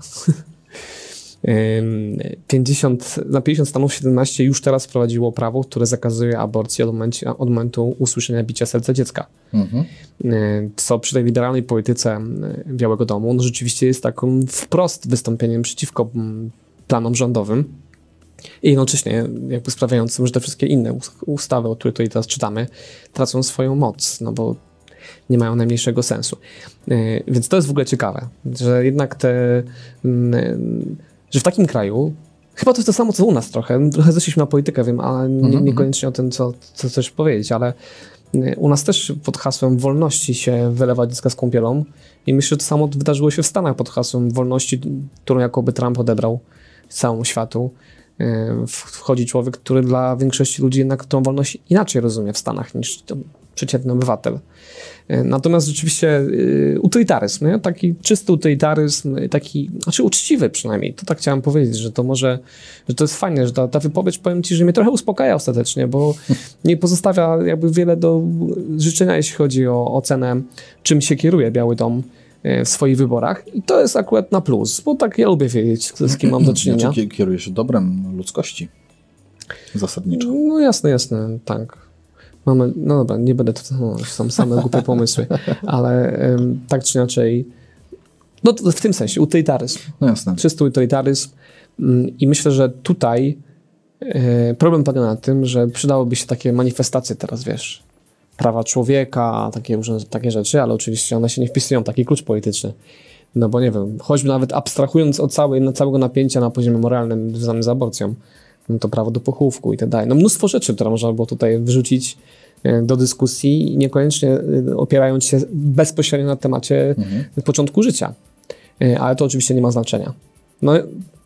pięćdziesiąt, na pięćdziesiąt stanów siedemnaście już teraz wprowadziło prawo, które zakazuje aborcji od momentu, od momentu usłyszenia bicia serca dziecka. Mhm. Co przy tej liberalnej polityce Białego Domu no rzeczywiście jest takim wprost wystąpieniem przeciwko planom rządowym i jednocześnie jakby sprawiającym, że te wszystkie inne ustawy, o których tutaj teraz czytamy, tracą swoją moc, no bo nie mają najmniejszego sensu. Yy, więc to jest w ogóle ciekawe, że jednak te, yy, że w takim kraju, chyba to jest to samo, co u nas trochę, trochę zeszliśmy na politykę, wiem, ale nie, niekoniecznie o tym, co, co chcesz powiedzieć, ale yy, u nas też pod hasłem wolności się wylewa dziecka z kąpielą i myślę, że to samo wydarzyło się w Stanach pod hasłem wolności, którą jakoby Trump odebrał całemu światu. Wchodzi człowiek, który dla większości ludzi jednak tą wolność inaczej rozumie w Stanach niż przeciętny obywatel. Natomiast rzeczywiście utilitaryzm, nie? Taki czysty utilitaryzm, taki, znaczy uczciwy przynajmniej, to tak chciałem powiedzieć, że to może, że to jest fajne, że ta, ta wypowiedź, powiem Ci, że mnie trochę uspokaja ostatecznie, bo nie pozostawia jakby wiele do życzenia, jeśli chodzi o ocenę, czym się kieruje Biały Dom w swoich wyborach i to jest akurat na plus, bo tak ja lubię wiedzieć, z kim mam do czynienia. Znaczy, kieruje się dobrem ludzkości zasadniczo. No jasne, jasne, tak. Mamy, no dobra, nie będę to, no, są same głupie pomysły, ale um, tak czy inaczej, no to w tym sensie utilitaryzm. No jasne. Czysty utilitaryzm um, i myślę, że tutaj e, problem polega na tym, że przydałoby się takie manifestacje teraz, wiesz, prawa człowieka, takie różne takie rzeczy, ale oczywiście one się nie wpisują w taki klucz polityczny. No bo nie wiem, choćby nawet abstrahując od całej, no, całego napięcia na poziomie moralnym związanym z aborcją, no to prawo do pochówku i tak dalej. No mnóstwo rzeczy, które można było tutaj wyrzucić do dyskusji, niekoniecznie opierając się bezpośrednio na temacie mhm. początku życia. Ale to oczywiście nie ma znaczenia. No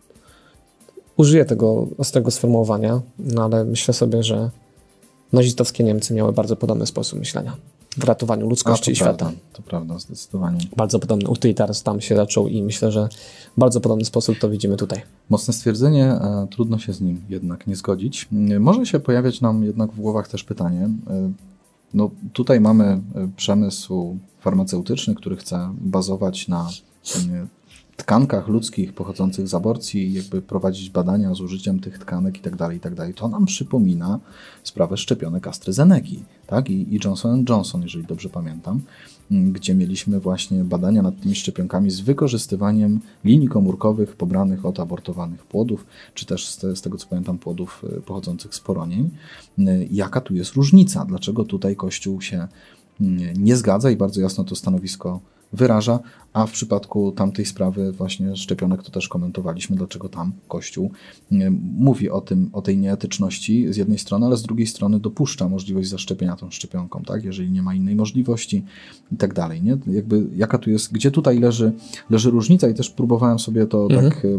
użyję tego ostrego sformułowania, no ale myślę sobie, że nazistowskie Niemcy miały bardzo podobny sposób myślenia w ratowaniu ludzkości A, i świata. Prawda, to prawda, zdecydowanie. Bardzo podobny utilitaryzm tam się zaczął i myślę, że w bardzo podobny sposób to widzimy tutaj. Mocne stwierdzenie, e, trudno się z nim jednak nie zgodzić. Może się pojawiać nam jednak w głowach też pytanie, e, no tutaj mamy przemysł farmaceutyczny, który chce bazować na e, tkankach ludzkich pochodzących z aborcji, jakby prowadzić badania z użyciem tych tkanek i tak dalej, i tak dalej. To nam przypomina sprawę szczepionek AstraZeneki, tak? I, i Johnson and Johnson, jeżeli dobrze pamiętam, gdzie mieliśmy właśnie badania nad tymi szczepionkami z wykorzystywaniem linii komórkowych pobranych od abortowanych płodów, czy też z, te, z tego co pamiętam płodów pochodzących z poronień. Jaka tu jest różnica? Dlaczego tutaj Kościół się nie zgadza i bardzo jasno to stanowisko wyraża, a w przypadku tamtej sprawy właśnie szczepionek to też komentowaliśmy, dlaczego tam Kościół mówi o tym, o tej nieetyczności z jednej strony, ale z drugiej strony dopuszcza możliwość zaszczepienia tą szczepionką, tak, jeżeli nie ma innej możliwości i tak dalej, nie? Jakby jaka tu jest, gdzie tutaj leży, leży różnica i też próbowałem sobie to mhm. tak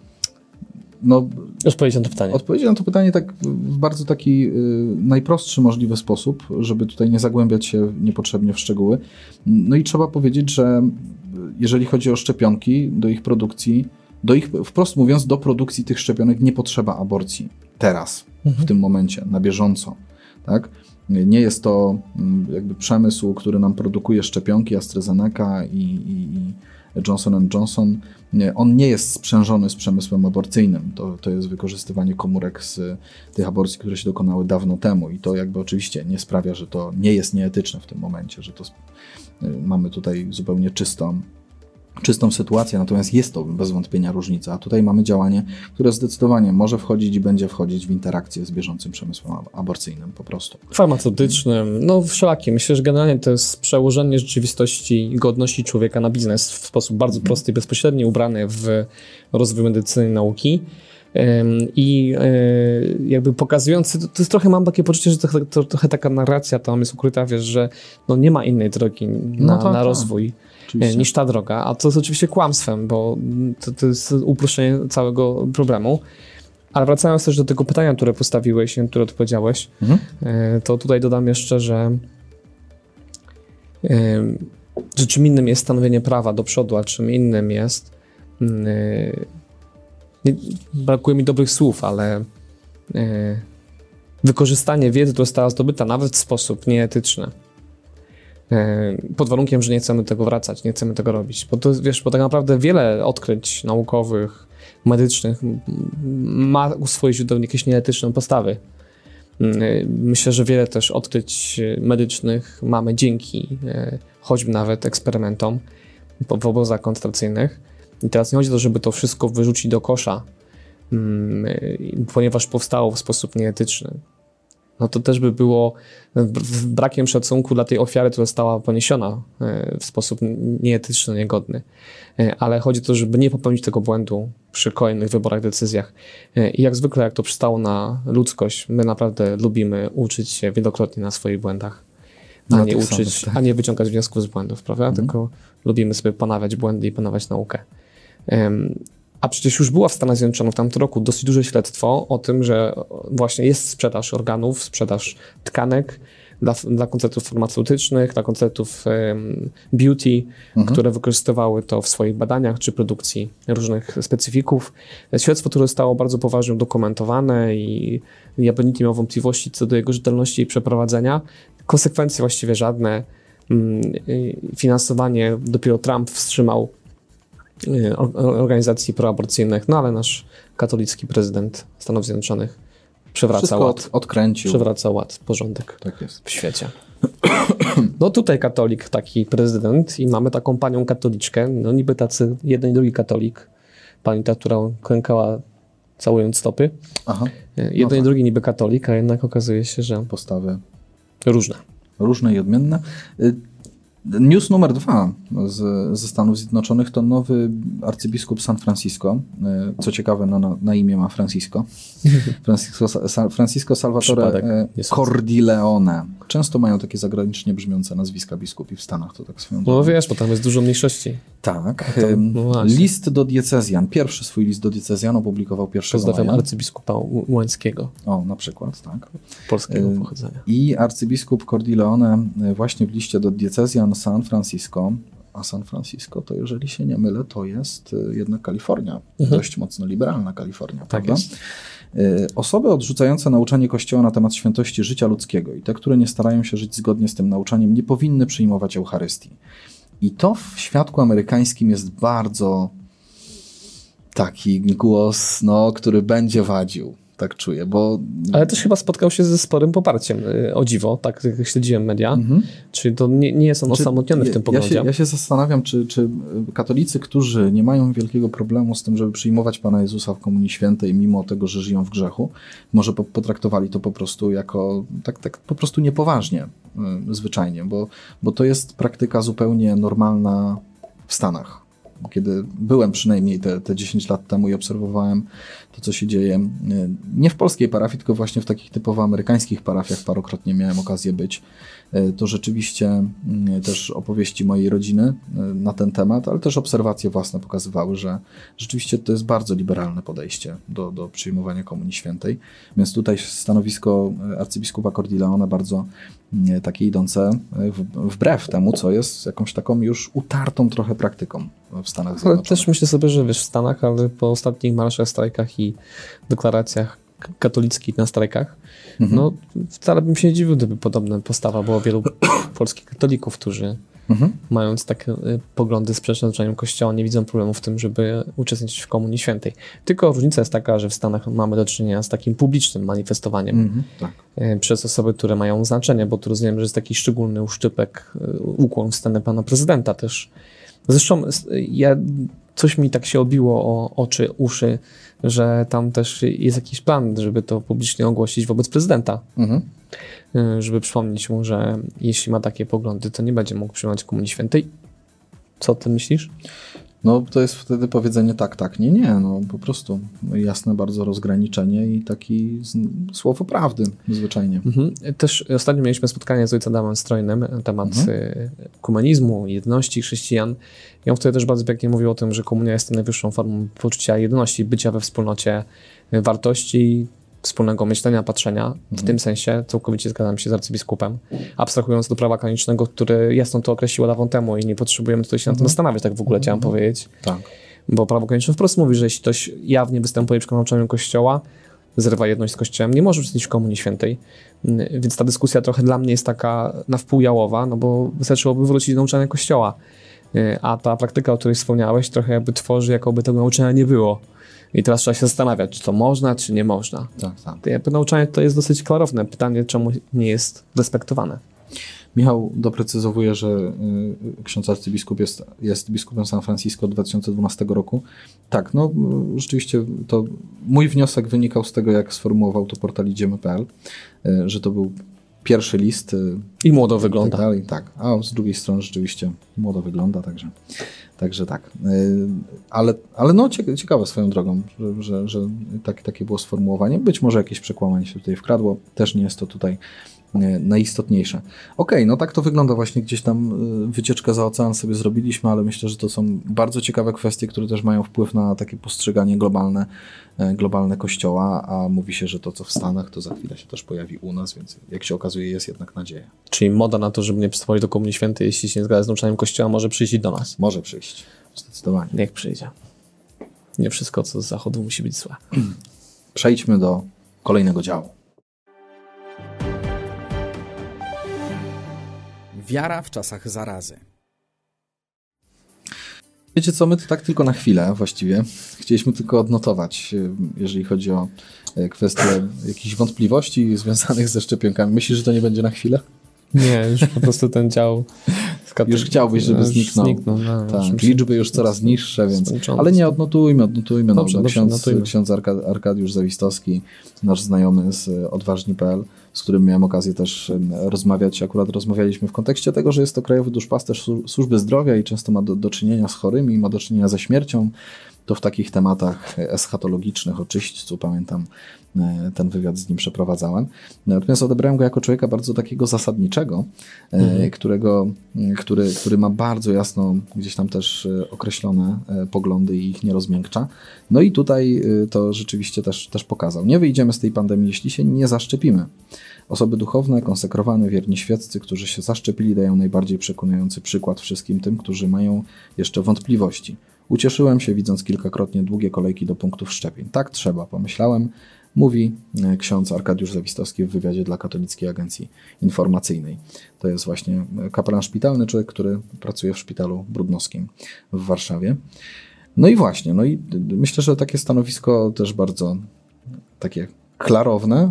no, odpowiedzieć na to pytanie. Odpowiedzieć na to pytanie tak w bardzo taki y, najprostszy możliwy sposób, żeby tutaj nie zagłębiać się niepotrzebnie w szczegóły. No i trzeba powiedzieć, że jeżeli chodzi o szczepionki, do ich produkcji, do ich, wprost mówiąc, do produkcji tych szczepionek nie potrzeba aborcji. Teraz, mhm. w tym momencie, na bieżąco. Tak? Nie jest to jakby przemysł, który nam produkuje szczepionki AstraZeneca i, i, i Johnson and Johnson, on nie jest sprzężony z przemysłem aborcyjnym. To, to jest wykorzystywanie komórek z tych aborcji, które się dokonały dawno temu i to jakby oczywiście nie sprawia, że to nie jest nieetyczne w tym momencie, że to mamy tutaj zupełnie czystą czystą sytuację, natomiast jest to bez wątpienia różnica. A tutaj mamy działanie, które zdecydowanie może wchodzić i będzie wchodzić w interakcję z bieżącym przemysłem aborcyjnym po prostu. Farmaceutycznym, no wszelakim. Myślę, że generalnie to jest przełożenie rzeczywistości i godności człowieka na biznes w sposób bardzo prosty i bezpośredni, ubrany w rozwój medycyny i nauki. I jakby pokazujący, to jest trochę, mam takie poczucie, że to, to, trochę taka narracja tam jest ukryta, wiesz, że no nie ma innej drogi na, no tak, na rozwój. Oczywiście. Niż ta droga, a to jest oczywiście kłamstwem, bo to, to jest uproszczenie całego problemu. Ale wracając też do tego pytania, które postawiłeś, które odpowiedziałeś, mhm. to tutaj dodam jeszcze, że, że czym innym jest stanowienie prawa do przodu, a czym innym jest, nie, brakuje mi dobrych słów, ale wykorzystanie wiedzy, która została zdobyta nawet w sposób nieetyczny, pod warunkiem, że nie chcemy tego wracać, nie chcemy tego robić. Bo to, wiesz, bo tak naprawdę wiele odkryć naukowych, medycznych ma u swoich źródeł jakieś nieetyczne postawy. Myślę, że wiele też odkryć medycznych mamy dzięki choćby nawet eksperymentom w obozach koncentracyjnych. I teraz nie chodzi o to, żeby to wszystko wyrzucić do kosza, ponieważ powstało w sposób nieetyczny. No to też by było brakiem szacunku dla tej ofiary, która została poniesiona w sposób nieetyczny, niegodny. Ale chodzi o to, żeby nie popełnić tego błędu przy kolejnych wyborach, decyzjach. I jak zwykle, jak to przystało na ludzkość, my naprawdę lubimy uczyć się wielokrotnie na swoich błędach, a no, nie tak uczyć, samo, tak. a nie wyciągać wniosków z błędów, prawda? Mhm. Tylko lubimy sobie ponawiać błędy i ponawiać naukę. A przecież już była w Stanach Zjednoczonych w tamtym roku dosyć duże śledztwo o tym, że właśnie jest sprzedaż organów, sprzedaż tkanek dla, dla koncertów farmaceutycznych, dla koncertów um, beauty, mhm. które wykorzystywały to w swoich badaniach czy produkcji różnych specyfików. Śledztwo, które zostało bardzo poważnie udokumentowane i jakby nikt nie miał wątpliwości co do jego rzetelności i przeprowadzenia. Konsekwencje właściwie żadne. Finansowanie dopiero Trump wstrzymał organizacji proaborcyjnych, no ale nasz katolicki prezydent Stanów Zjednoczonych przewraca Wszystko ład. Od, odkręcił. Przewraca ład, porządek tak jest. w świecie. No tutaj katolik, taki prezydent i mamy taką panią katoliczkę, no niby tacy jeden i drugi katolik, pani ta, która klękała całując stopy. Aha. Jeden no tak. i drugi niby katolik, a jednak okazuje się, że postawy różne. Różne i odmienne. News numer dwa z, ze Stanów Zjednoczonych to nowy arcybiskup San Francisco. Co ciekawe, na, na, na imię ma Francisco. Francisco, Francisco Salvatore Cordileone. Często mają takie zagranicznie brzmiące nazwiska biskupi w Stanach. To tak swoją no wiesz, bo tam jest dużo mniejszości. Tak. Tam, no list do diecezjan. Pierwszy swój list do diecezjan opublikował pierwszego maja. Pozdrawiam arcybiskupa Łańskiego. O, na przykład, tak. Polskiego pochodzenia. I arcybiskup Cordileone właśnie w liście do diecezjan San Francisco, a San Francisco to, jeżeli się nie mylę, to jest jednak Kalifornia. Mhm. Dość mocno liberalna Kalifornia, tak prawda? Jest. Osoby odrzucające nauczanie Kościoła na temat świętości życia ludzkiego i te, które nie starają się żyć zgodnie z tym nauczaniem, nie powinny przyjmować Eucharystii. I to w świadku amerykańskim jest bardzo taki głos, no, który będzie wadził. Tak czuję, bo... Ale też chyba spotkał się ze sporym poparciem, o dziwo, tak jak śledziłem media, mhm. czyli to nie, nie jest on czy, osamotniony w tym poglądzie. Ja się, ja się zastanawiam, czy, czy katolicy, którzy nie mają wielkiego problemu z tym, żeby przyjmować Pana Jezusa w Komunii Świętej, mimo tego, że żyją w grzechu, może potraktowali to po prostu jako, tak, tak po prostu niepoważnie, yy, zwyczajnie, bo, bo to jest praktyka zupełnie normalna w Stanach. Kiedy byłem przynajmniej te, te dziesięć lat temu i obserwowałem to, co się dzieje, nie w polskiej parafii, tylko właśnie w takich typowo amerykańskich parafiach parokrotnie miałem okazję być, to rzeczywiście też opowieści mojej rodziny na ten temat, ale też obserwacje własne pokazywały, że rzeczywiście to jest bardzo liberalne podejście do, do przyjmowania Komunii Świętej. Więc tutaj stanowisko arcybiskupa Cordileone bardzo takie idące wbrew temu, co jest jakąś taką już utartą trochę praktyką w Stanach Zjednoczonych. Ale też myślę sobie, że wiesz, w Stanach, ale po ostatnich marszach, strajkach i deklaracjach katolickich na strajkach, mhm. no wcale bym się nie dziwił, gdyby podobna postawa była wielu polskich katolików, którzy mhm. mając takie poglądy sprzeczne z nauczaniem Kościoła, nie widzą problemu w tym, żeby uczestniczyć w Komunii Świętej. Tylko różnica jest taka, że w Stanach mamy do czynienia z takim publicznym manifestowaniem mhm, tak. przez osoby, które mają znaczenie, bo tu rozumiem, że jest taki szczególny uszczypek, ukłon w stronę pana prezydenta też. Zresztą ja, coś mi tak się obiło o oczy, uszy, że tam też jest jakiś plan, żeby to publicznie ogłosić wobec prezydenta. Mhm. Żeby przypomnieć mu, że jeśli ma takie poglądy, to nie będzie mógł przyjąć Komunii Świętej. Co ty myślisz? No to jest wtedy powiedzenie tak, tak, nie, nie, no po prostu jasne bardzo rozgraniczenie i taki z, słowo prawdy zwyczajnie. Mhm. Też ostatnio mieliśmy spotkanie z ojcem Adamem Strojnym na temat mhm. kumenizmu, jedności chrześcijan i on wtedy też bardzo pięknie mówił o tym, że komunia jest najwyższą formą poczucia jedności, bycia we wspólnocie wartości, wspólnego myślenia, patrzenia. Mhm. W tym sensie całkowicie zgadzam się z arcybiskupem. Abstrahując do prawa kanonicznego, które jasno to określiło dawno temu i nie potrzebujemy tutaj się mhm. na tym zastanawiać, tak w ogóle mhm. chciałem powiedzieć. Tak. Bo prawo kanoniczne wprost mówi, że jeśli ktoś jawnie występuje przeciwko nauczaniu Kościoła, zrywa jedność z Kościołem, nie może uczestniczyć w Komunii Świętej. Więc ta dyskusja trochę dla mnie jest taka na wpół jałowa, no bo wystarczyłoby wrócić do nauczania Kościoła. A ta praktyka, o której wspomniałeś, trochę jakby tworzy, jakoby tego nauczania nie było. I teraz trzeba się zastanawiać, czy to można, czy nie można. Tak, tak. Jakby nauczanie to jest dosyć klarowne. Pytanie, czemu nie jest respektowane. Michał doprecyzowuje, że y, ksiądz arcybiskup jest, jest biskupem San Francisco od dwa tysiące dwunastego roku. Tak, no rzeczywiście to mój wniosek wynikał z tego, jak sformułował to portal idziemy kropka pe el, y, że to był pierwszy list. Y, I młodo wygląda. Tak, dalej, tak, a z drugiej strony rzeczywiście młodo wygląda, także... Także tak, ale, ale no ciekawe swoją drogą, że, że, że tak, takie było sformułowanie. Być może jakieś przekłamanie się tutaj wkradło, też nie jest to tutaj najistotniejsze. Okej, no tak to wygląda właśnie, gdzieś tam wycieczkę za ocean sobie zrobiliśmy, ale myślę, że to są bardzo ciekawe kwestie, które też mają wpływ na takie postrzeganie globalne, globalne Kościoła, a mówi się, że to co w Stanach, to za chwilę się też pojawi u nas, więc jak się okazuje, jest jednak nadzieja. Czyli moda na to, żeby nie przystąpić do Komunii Świętej, jeśli się nie zgadza z nauczaniem Kościoła, może przyjść i do nas. Może przyjść, zdecydowanie. Niech przyjdzie. Nie wszystko, co z zachodu, musi być złe. Przejdźmy do kolejnego działu. Wiara w czasach zarazy. Wiecie co, my to tak tylko na chwilę właściwie. Chcieliśmy tylko odnotować, jeżeli chodzi o kwestię jakichś wątpliwości związanych ze szczepionkami. Myślisz, że to nie będzie na chwilę? Nie, już po prostu ten dział... Już chciałbyś, żeby już zniknął. zniknął no, tak, liczby już coraz niższe, więc... Ale nie, odnotujmy, odnotujmy. Dobrze, no, dobrze, ksiądz, notujmy. ksiądz Arkadiusz Zawistowski, nasz znajomy z odważni kropka pe el, z którym miałem okazję też rozmawiać. Akurat rozmawialiśmy w kontekście tego, że jest to krajowy duszpasterz służby zdrowia i często ma do, do czynienia z chorymi, ma do czynienia ze śmiercią. To w takich tematach eschatologicznych o czyśćcu, pamiętam, ten wywiad z nim przeprowadzałem. Natomiast odebrałem go jako człowieka bardzo takiego zasadniczego, mhm. którego, który, który ma bardzo jasno gdzieś tam też określone poglądy i ich nie rozmiękcza. No i tutaj to rzeczywiście też, też pokazał. Nie wyjdziemy z tej pandemii, jeśli się nie zaszczepimy. Osoby duchowne, konsekrowane, wierni świeccy, którzy się zaszczepili, dają najbardziej przekonujący przykład wszystkim tym, którzy mają jeszcze wątpliwości. Ucieszyłem się, widząc kilkakrotnie długie kolejki do punktów szczepień. Tak trzeba, pomyślałem, mówi ksiądz Arkadiusz Zawistowski w wywiadzie dla Katolickiej Agencji Informacyjnej. To jest właśnie kapelan szpitalny, człowiek, który pracuje w szpitalu brudnowskim w Warszawie. No i właśnie, no i myślę, że takie stanowisko też bardzo takie klarowne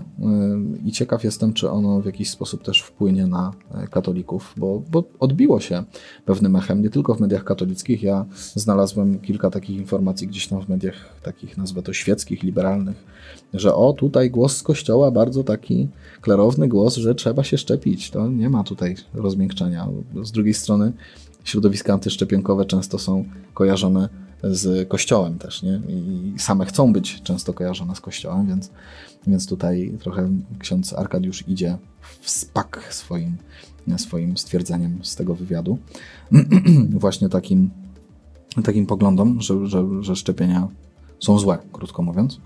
i ciekaw jestem, czy ono w jakiś sposób też wpłynie na katolików, bo, bo odbiło się pewnym echem, nie tylko w mediach katolickich. Ja znalazłem kilka takich informacji gdzieś tam w mediach takich, nazwę to świeckich, liberalnych, że o, tutaj głos z Kościoła, bardzo taki klarowny głos, że trzeba się szczepić. To nie ma tutaj rozmiękczenia. Z drugiej strony środowiska antyszczepionkowe często są kojarzone z Kościołem też, nie? I same chcą być często kojarzone z Kościołem, więc, więc tutaj trochę ksiądz Arkadiusz idzie w spak swoim, swoim stwierdzeniem z tego wywiadu. Właśnie takim, takim poglądom, że, że, że szczepienia są złe, krótko mówiąc.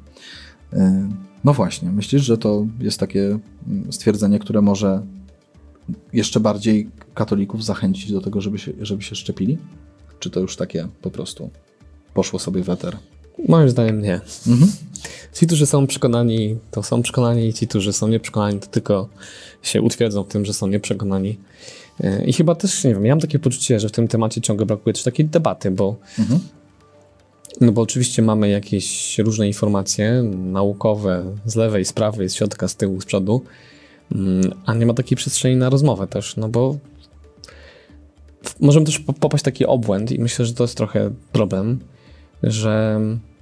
No właśnie, myślisz, że to jest takie stwierdzenie, które może jeszcze bardziej katolików zachęcić do tego, żeby się, żeby się szczepili? Czy to już takie po prostu poszło sobie w eter? Moim zdaniem nie. Mhm. Ci, którzy są przekonani, to są przekonani i ci, którzy są nieprzekonani, to tylko się utwierdzą w tym, że są nieprzekonani. I chyba też, nie wiem, ja mam takie poczucie, że w tym temacie ciągle brakuje też takiej debaty, bo mhm. no bo oczywiście mamy jakieś różne informacje naukowe z lewej, z prawej, z środka, z tyłu, z przodu, a nie ma takiej przestrzeni na rozmowę też, no bo możemy też popaść w taki obłęd i myślę, że to jest trochę problem, że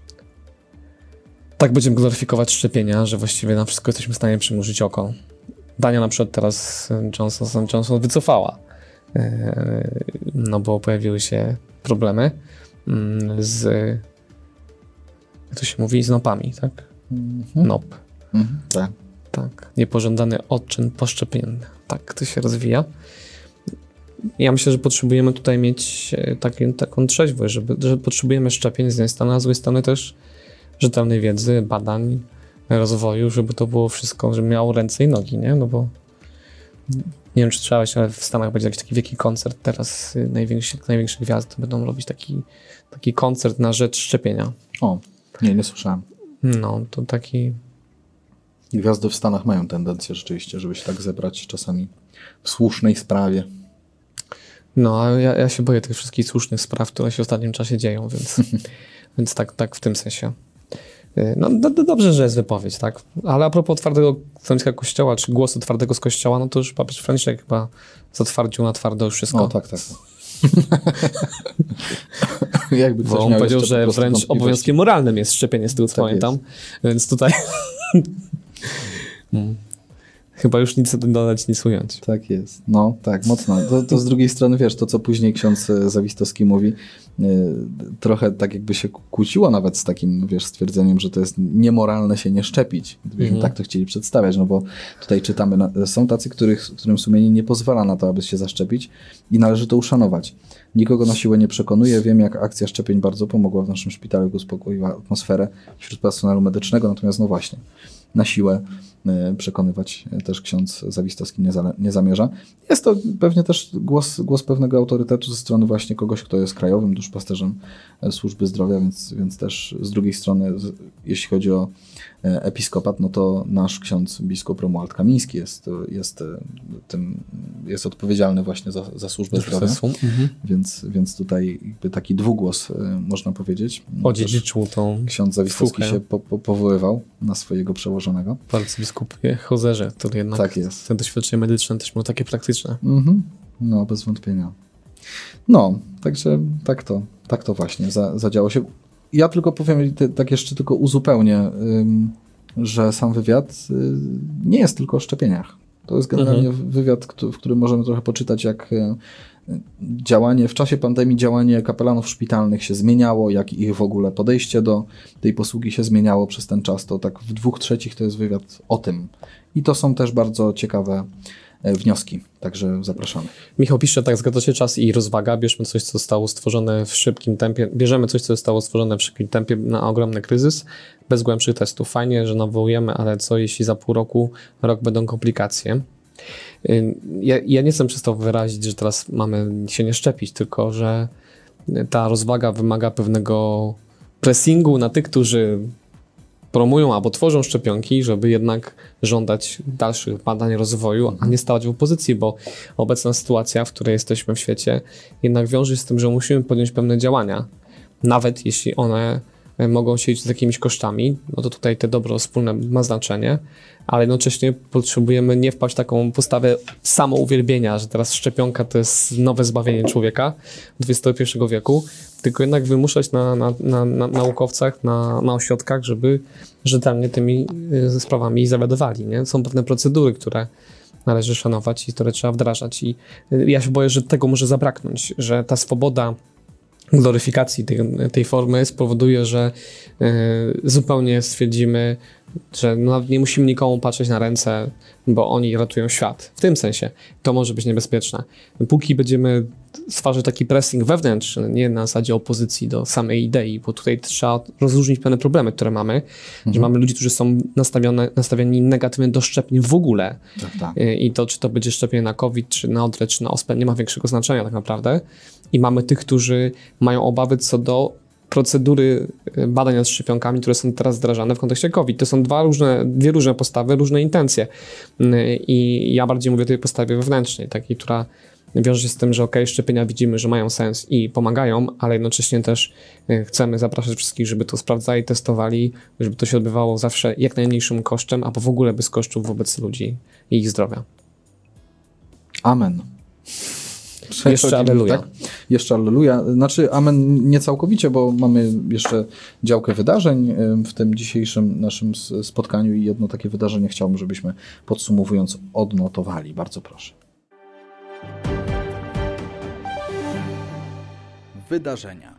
tak będziemy gloryfikować szczepienia, że właściwie na wszystko jesteśmy w stanie przymrużyć oko. Dania na przykład teraz Johnson Johnson wycofała, no bo pojawiły się problemy z, jak to się mówi, z nopami, tak? Mm-hmm. Nop. Mm-hmm. Tak. Tak. Niepożądany odczyn poszczepienny. Tak to się rozwija. Ja myślę, że potrzebujemy tutaj mieć taki, taką trzeźwość, żeby, że potrzebujemy szczepień z jednej strony, a z drugiej strony też rzetelnej wiedzy, badań, rozwoju, żeby to było wszystko, żeby miało ręce i nogi, nie? No bo nie wiem, czy słyszałeś, ale w Stanach będzie jakiś taki wielki koncert teraz największy, największych gwiazd będą robić taki, taki koncert na rzecz szczepienia. O, nie, nie słyszałem. No, to taki... Gwiazdy w Stanach mają tendencję rzeczywiście, żeby się tak zebrać czasami w słusznej sprawie. No, a ja, ja się boję tych wszystkich słusznych spraw, które się w ostatnim czasie dzieją, więc, więc tak, tak w tym sensie. No do, do, dobrze, że jest wypowiedź, tak? Ale a propos twardego stanowiska Kościoła, czy głosu twardego z Kościoła, no to już papież Franciszek chyba zatwardził na twardo już wszystko. O, tak, tak. Jakby Bo on powiedział, że wręcz obowiązkiem moralnym jest szczepienie, z tego co tak pamiętam. Jest. Więc tutaj chyba już nic dodać, nic ująć. Tak jest. No, tak, mocno. To, to z drugiej strony, wiesz, to co później ksiądz Zawistowski mówi, yy, trochę tak jakby się kłóciło nawet z takim, wiesz, stwierdzeniem, że to jest niemoralne się nie szczepić. Gdybyśmy mm. tak to chcieli przedstawiać, no bo tutaj czytamy, na, są tacy, których, którym sumienie nie pozwala na to, aby się zaszczepić i należy to uszanować. Nikogo na siłę nie przekonuję. Wiem, jak akcja szczepień bardzo pomogła w naszym szpitalu, uspokoiła atmosferę wśród personelu medycznego, natomiast no właśnie, na siłę y, przekonywać też ksiądz Zawistowski nie, za, nie zamierza. Jest to pewnie też głos, głos pewnego autorytetu ze strony właśnie kogoś, kto jest krajowym duszpasterzem służby zdrowia, więc, więc też z drugiej strony, z, jeśli chodzi o e, episkopat, no to nasz ksiądz biskup Romuald Kamiński jest, jest, tym, jest odpowiedzialny właśnie za, za służbę zdrowia, mhm. więc, więc tutaj jakby taki dwugłos, e, można powiedzieć. Odziedziczył tą ksiądz Zawistowski fuchę. się po, po, powoływał na swojego przełożonego. Arcybiskup Hozerze, który jednak tak jest. Te doświadczenie medyczne też miał takie praktyczne. Mhm. No, bez wątpienia. No, także tak to, tak to właśnie za, zadziało się. Ja tylko powiem, tak jeszcze tylko uzupełnię, ym, że sam wywiad y, nie jest tylko o szczepieniach. To jest generalnie mhm. wywiad, w którym możemy trochę poczytać, jak y, działanie, w czasie pandemii działanie kapelanów szpitalnych się zmieniało, jak ich w ogóle podejście do tej posługi się zmieniało przez ten czas. To tak w dwóch trzecich to jest wywiad o tym. I to są też bardzo ciekawe wnioski, także zapraszamy. Michał pisze, tak, zgadza się, czas i rozwaga. Bierzmy coś, co zostało stworzone w szybkim tempie. Bierzemy coś, co zostało stworzone w szybkim tempie na ogromny kryzys, bez głębszych testów. Fajnie, że nawołujemy, ale co jeśli za pół roku, rok będą komplikacje? Ja, ja nie chcę przez to wyrazić, że teraz mamy się nie szczepić, tylko że ta rozwaga wymaga pewnego pressingu na tych, którzy promują albo tworzą szczepionki, żeby jednak żądać dalszych badań, rozwoju, a nie stawać w opozycji, bo obecna sytuacja, w której jesteśmy w świecie, jednak wiąże się z tym, że musimy podjąć pewne działania, nawet jeśli one mogą się iść z jakimiś kosztami, no to tutaj te dobro wspólne ma znaczenie, ale jednocześnie potrzebujemy nie wpaść w taką postawę samouwielbienia, że teraz szczepionka to jest nowe zbawienie człowieka dwudziestego pierwszego wieku, tylko jednak wymuszać na, na, na, na naukowcach, na, na ośrodkach, żeby rzetelnie tymi y, sprawami zawiadowali. Nie? Są pewne procedury, które należy szanować i które trzeba wdrażać. I y, ja się boję, że tego może zabraknąć, że ta swoboda gloryfikacji tej, tej formy spowoduje, że y, zupełnie stwierdzimy, że no, nie musimy nikomu patrzeć na ręce, bo oni ratują świat. W tym sensie to może być niebezpieczne. Póki będziemy stwarzać taki pressing wewnętrzny, nie na zasadzie opozycji do samej idei, bo tutaj trzeba rozróżnić pewne problemy, które mamy, mhm. że mamy ludzi, którzy są nastawione, nastawieni negatywnie do szczepień w ogóle. Tak, tak. I to, czy to będzie szczepienie na COVID, czy na odrę, czy na ospę, nie ma większego znaczenia tak naprawdę. I mamy tych, którzy mają obawy co do procedury badań nad szczepionkami, które są teraz wdrażane w kontekście COVID. To są dwa różne, dwie różne postawy, różne intencje. I ja bardziej mówię o tej postawie wewnętrznej, takiej, która wiąże się z tym, że ok, szczepienia widzimy, że mają sens i pomagają, ale jednocześnie też chcemy zapraszać wszystkich, żeby to sprawdzali, testowali, żeby to się odbywało zawsze jak najmniejszym kosztem, albo w ogóle bez kosztów wobec ludzi i ich zdrowia. Amen. Jeszcze alleluja. Tak? Jeszcze alleluja. Znaczy amen nie całkowicie, bo mamy jeszcze działkę wydarzeń w tym dzisiejszym naszym spotkaniu i jedno takie wydarzenie chciałbym, żebyśmy podsumowując odnotowali. Bardzo proszę. Wydarzenia.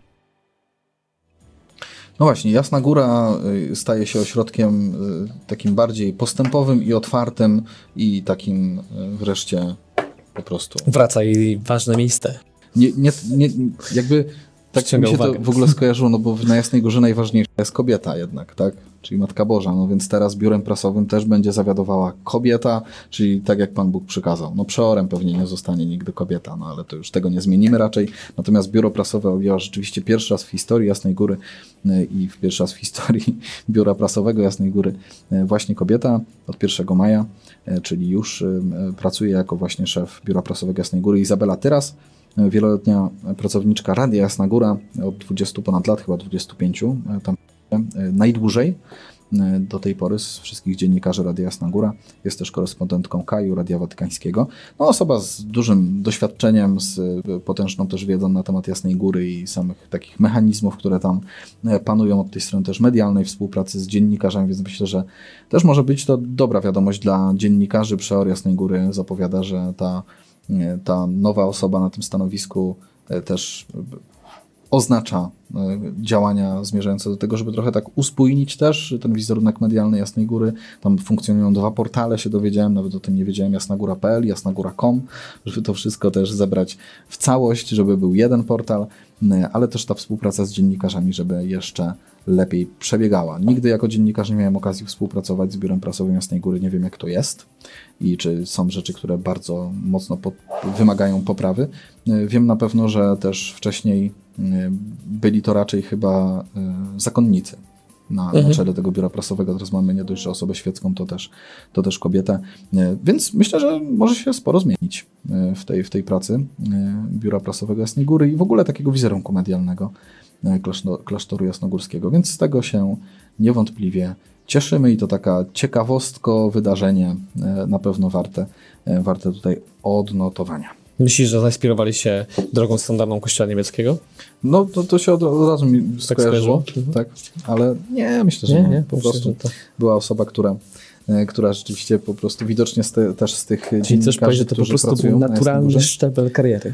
No właśnie, Jasna Góra staje się ośrodkiem takim bardziej postępowym i otwartym i takim wreszcie po prostu. Wraca jej ważne miejsce. Nie, nie, nie, jakby tak Ściąga mi się uwagę. to w ogóle skojarzyło, no bo na Jasnej Górze najważniejsza jest kobieta jednak, tak? Czyli Matka Boża, no więc teraz biurem prasowym też będzie zawiadowała kobieta, czyli tak jak Pan Bóg przykazał. No przeorem pewnie nie zostanie nigdy kobieta, no ale to już tego nie zmienimy raczej. Natomiast biuro prasowe objęło rzeczywiście pierwszy raz w historii Jasnej Góry i w pierwszy raz w historii biura prasowego Jasnej Góry właśnie kobieta od pierwszego maja, czyli już pracuje jako właśnie szef biura prasowego Jasnej Góry Izabela Tyras, wieloletnia pracowniczka Radia Jasna Góra od dwudziestu ponad lat, chyba dwudziestu pięciu, tam najdłużej do tej pory z wszystkich dziennikarzy Radia Jasna Góra. Jest też korespondentką Kaju Radia Watykańskiego. No, osoba z dużym doświadczeniem, z potężną też wiedzą na temat Jasnej Góry i samych takich mechanizmów, które tam panują od tej strony też medialnej, współpracy z dziennikarzami, więc myślę, że też może być to dobra wiadomość dla dziennikarzy. Przeor Jasnej Góry zapowiada, że ta, ta nowa osoba na tym stanowisku też oznacza działania zmierzające do tego, żeby trochę tak uspójnić też ten wizerunek medialny Jasnej Góry. Tam funkcjonują dwa portale, się dowiedziałem, nawet o tym nie wiedziałem, jasnagóra kropka p l, jasnagóra kropka com, żeby to wszystko też zebrać w całość, żeby był jeden portal, ale też ta współpraca z dziennikarzami, żeby jeszcze lepiej przebiegała. Nigdy jako dziennikarz nie miałem okazji współpracować z biurem prasowym Jasnej Góry, nie wiem jak to jest i czy są rzeczy, które bardzo mocno po, wymagają poprawy. Wiem na pewno, że też wcześniej byli to raczej chyba zakonnicy na, mhm. na czele tego biura prasowego. Teraz mamy nie dość, że osobę świecką, to też, to też kobietę. Więc myślę, że może się sporo zmienić w tej, w tej pracy biura prasowego Jasnej Góry i w ogóle takiego wizerunku medialnego klasztoru jasnogórskiego. Więc z tego się niewątpliwie cieszymy i to taka ciekawostko, wydarzenie na pewno warte, warte tutaj odnotowania. Myślisz, że zainspirowali się drogą standardną kościoła niemieckiego? No to, to się od, od razu mi tak skojarzyło, tak, ale nie, myślę, że nie. nie. Po prostu myślę, to... była osoba, która, która rzeczywiście po prostu widocznie z te, też z tych Czyli dziennikarzy, chcesz powiedzieć, że to po prostu był naturalny na szczebel kariery.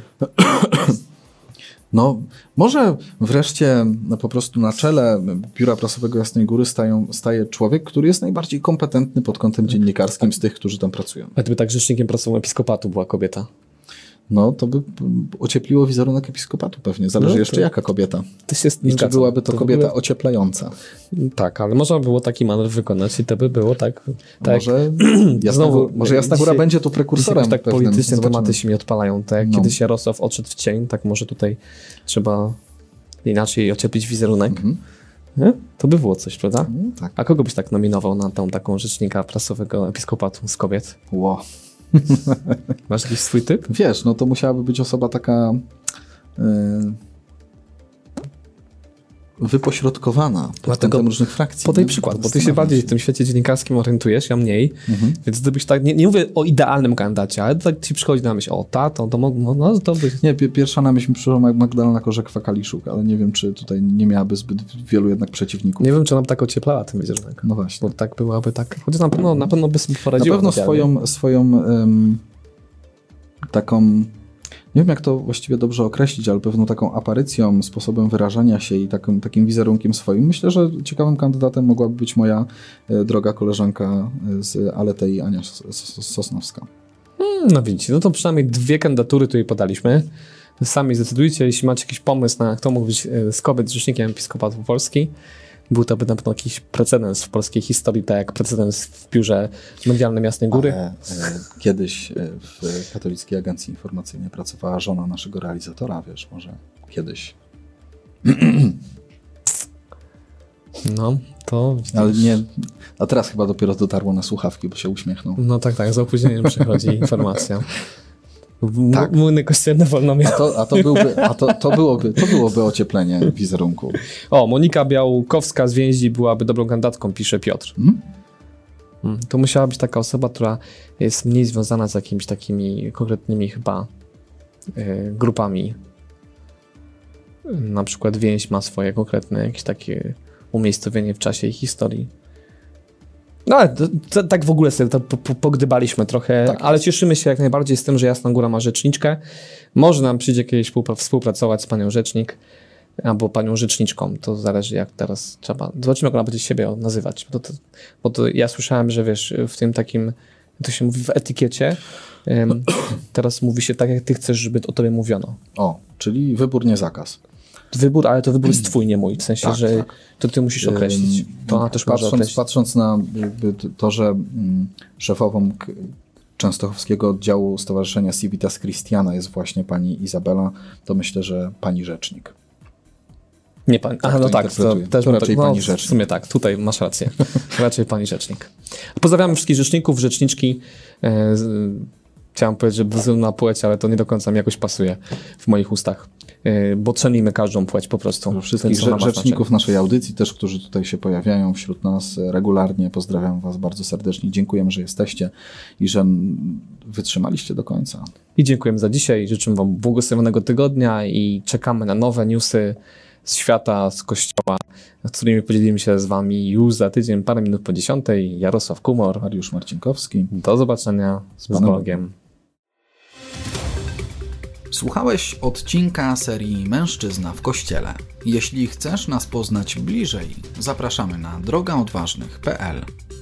No, może wreszcie no, po prostu na czele biura prasowego Jasnej Góry stają, staje człowiek, który jest najbardziej kompetentny pod kątem dziennikarskim z tych, którzy tam pracują. A gdyby tak rzecznikiem prasowym episkopatu była kobieta? No, to by ociepliło wizerunek episkopatu pewnie. Zależy no, jeszcze jaka kobieta. To się I czy byłaby to, to kobieta ogóle... ocieplająca. Tak, ale można było taki manewr wykonać i to by było tak... tak. Może, jasna, Znowu, może Jasna Góra dzisiaj, będzie tu prekursorem. Tak pewnym. polityczne Zobaczymy. Tematy się mi odpalają. Tak jak no. kiedyś Jarosław odszedł w cień, tak może tutaj trzeba inaczej ocieplić wizerunek. Mhm. Nie? To by było coś, prawda? No, tak. A kogo byś tak nominował na tą taką rzecznika prasowego episkopatu z kobiet? Wow. Masz jakiś swój typ? Wiesz, no to musiałaby być osoba taka yy, wypośrodkowana pod kątem różnych frakcji. Podaj przykład, bo ty się bardziej w tym świecie dziennikarskim orientujesz, ja mniej, mhm. więc gdybyś tak, nie, nie mówię o idealnym kandydacie, ale tak ci przychodzi na myśl, o ta, to, to, no, no, to by... Nie, pierwsza na myśl mi przyszła Magdalena Korzekwa-Kaliszuk, ale nie wiem, czy tutaj nie miałaby zbyt wielu jednak przeciwników. Nie wiem, czy ona by tak ocieplała ten wizerunek. No właśnie. Bo tak byłaby tak, chociaż na pewno, na pewno by sobie poradziła. Na pewno swoją, swoją um, taką... Nie wiem, jak to właściwie dobrze określić, ale pewną taką aparycją, sposobem wyrażania się i takim, takim wizerunkiem swoim. Myślę, że ciekawym kandydatem mogłaby być moja e, droga koleżanka z Aletei, Ania Sosnowska. Hmm, no widzicie, no to przynajmniej dwie kandydatury tutaj podaliśmy. Sami zdecydujcie, jeśli macie jakiś pomysł na kto mógł być z kobiet rzecznikiem Episkopatu Polski. Był to by na pewno jakiś precedens w polskiej historii, tak jak precedens w biurze medialnym Jasnej Góry. Ale, e, kiedyś w Katolickiej Agencji Informacyjnej pracowała żona naszego realizatora, wiesz, może kiedyś. No, to... Ale nie, a teraz chyba dopiero dotarło na słuchawki, bo się uśmiechnął. No tak, tak, z opóźnieniem przychodzi informacja. Tak. Młyny kościelne wolno miały. A, to, a, to, byłby, a to, to, byłoby, to byłoby ocieplenie wizerunku. O, Monika Białkowska z Więzi byłaby dobrą kandydatką, pisze Piotr. Hmm? To musiała być taka osoba, która jest mniej związana z jakimiś takimi konkretnymi chyba y, grupami. Na przykład Więź ma swoje konkretne jakieś takie umiejscowienie w czasie i historii. No ale to, to, tak w ogóle sobie to po, po, pogdybaliśmy trochę, tak ale cieszymy się jak najbardziej z tym, że Jasna Góra ma rzeczniczkę. Może nam przyjdzie kiedyś współpracować z panią rzecznik albo panią rzeczniczką. To zależy jak teraz trzeba. Zobaczymy, jak ona będzie siebie nazywać. Bo to, bo to ja słyszałem, że wiesz, w tym takim, to się mówi w etykiecie, um, teraz mówi się tak, jak ty chcesz, żeby o tobie mówiono. O, czyli wybór nie zakaz. Wybór, ale to wybór jest twój, nie mój. W sensie, tak, że tak. to ty musisz określić. To ona też patrząc, może określić. Patrząc na jakby to, że mm, szefową k- częstochowskiego oddziału Stowarzyszenia Civitas Christiana jest właśnie pani Izabela, to myślę, że pani rzecznik. Nie pani. Aha, no tak, to też to raczej tak, pani no, rzecznik. W sumie tak, tutaj masz rację. Raczej pani rzecznik. Pozdrawiamy wszystkich rzeczników, rzeczniczki. E, z, chciałem powiedzieć, że bez względu na płeć, ale to nie do końca mi jakoś pasuje w moich ustach. E, bo cenimy każdą płeć po prostu. Wszystkich rze- rzeczników naszej audycji też, którzy tutaj się pojawiają wśród nas regularnie. Pozdrawiam was bardzo serdecznie. Dziękujemy, że jesteście i że wytrzymaliście do końca. I dziękujemy za dzisiaj. Życzymy wam błogosławionego tygodnia i czekamy na nowe newsy z świata, z kościoła, z którymi podzielimy się z wami już za tydzień, parę minut po dziesiątej. Jarosław Kumor. Mariusz Marcinkowski. Do zobaczenia z Panem Bogiem. Słuchałeś odcinka serii Mężczyzna w Kościele. Jeśli chcesz nas poznać bliżej, zapraszamy na droga odważnych kropka p l.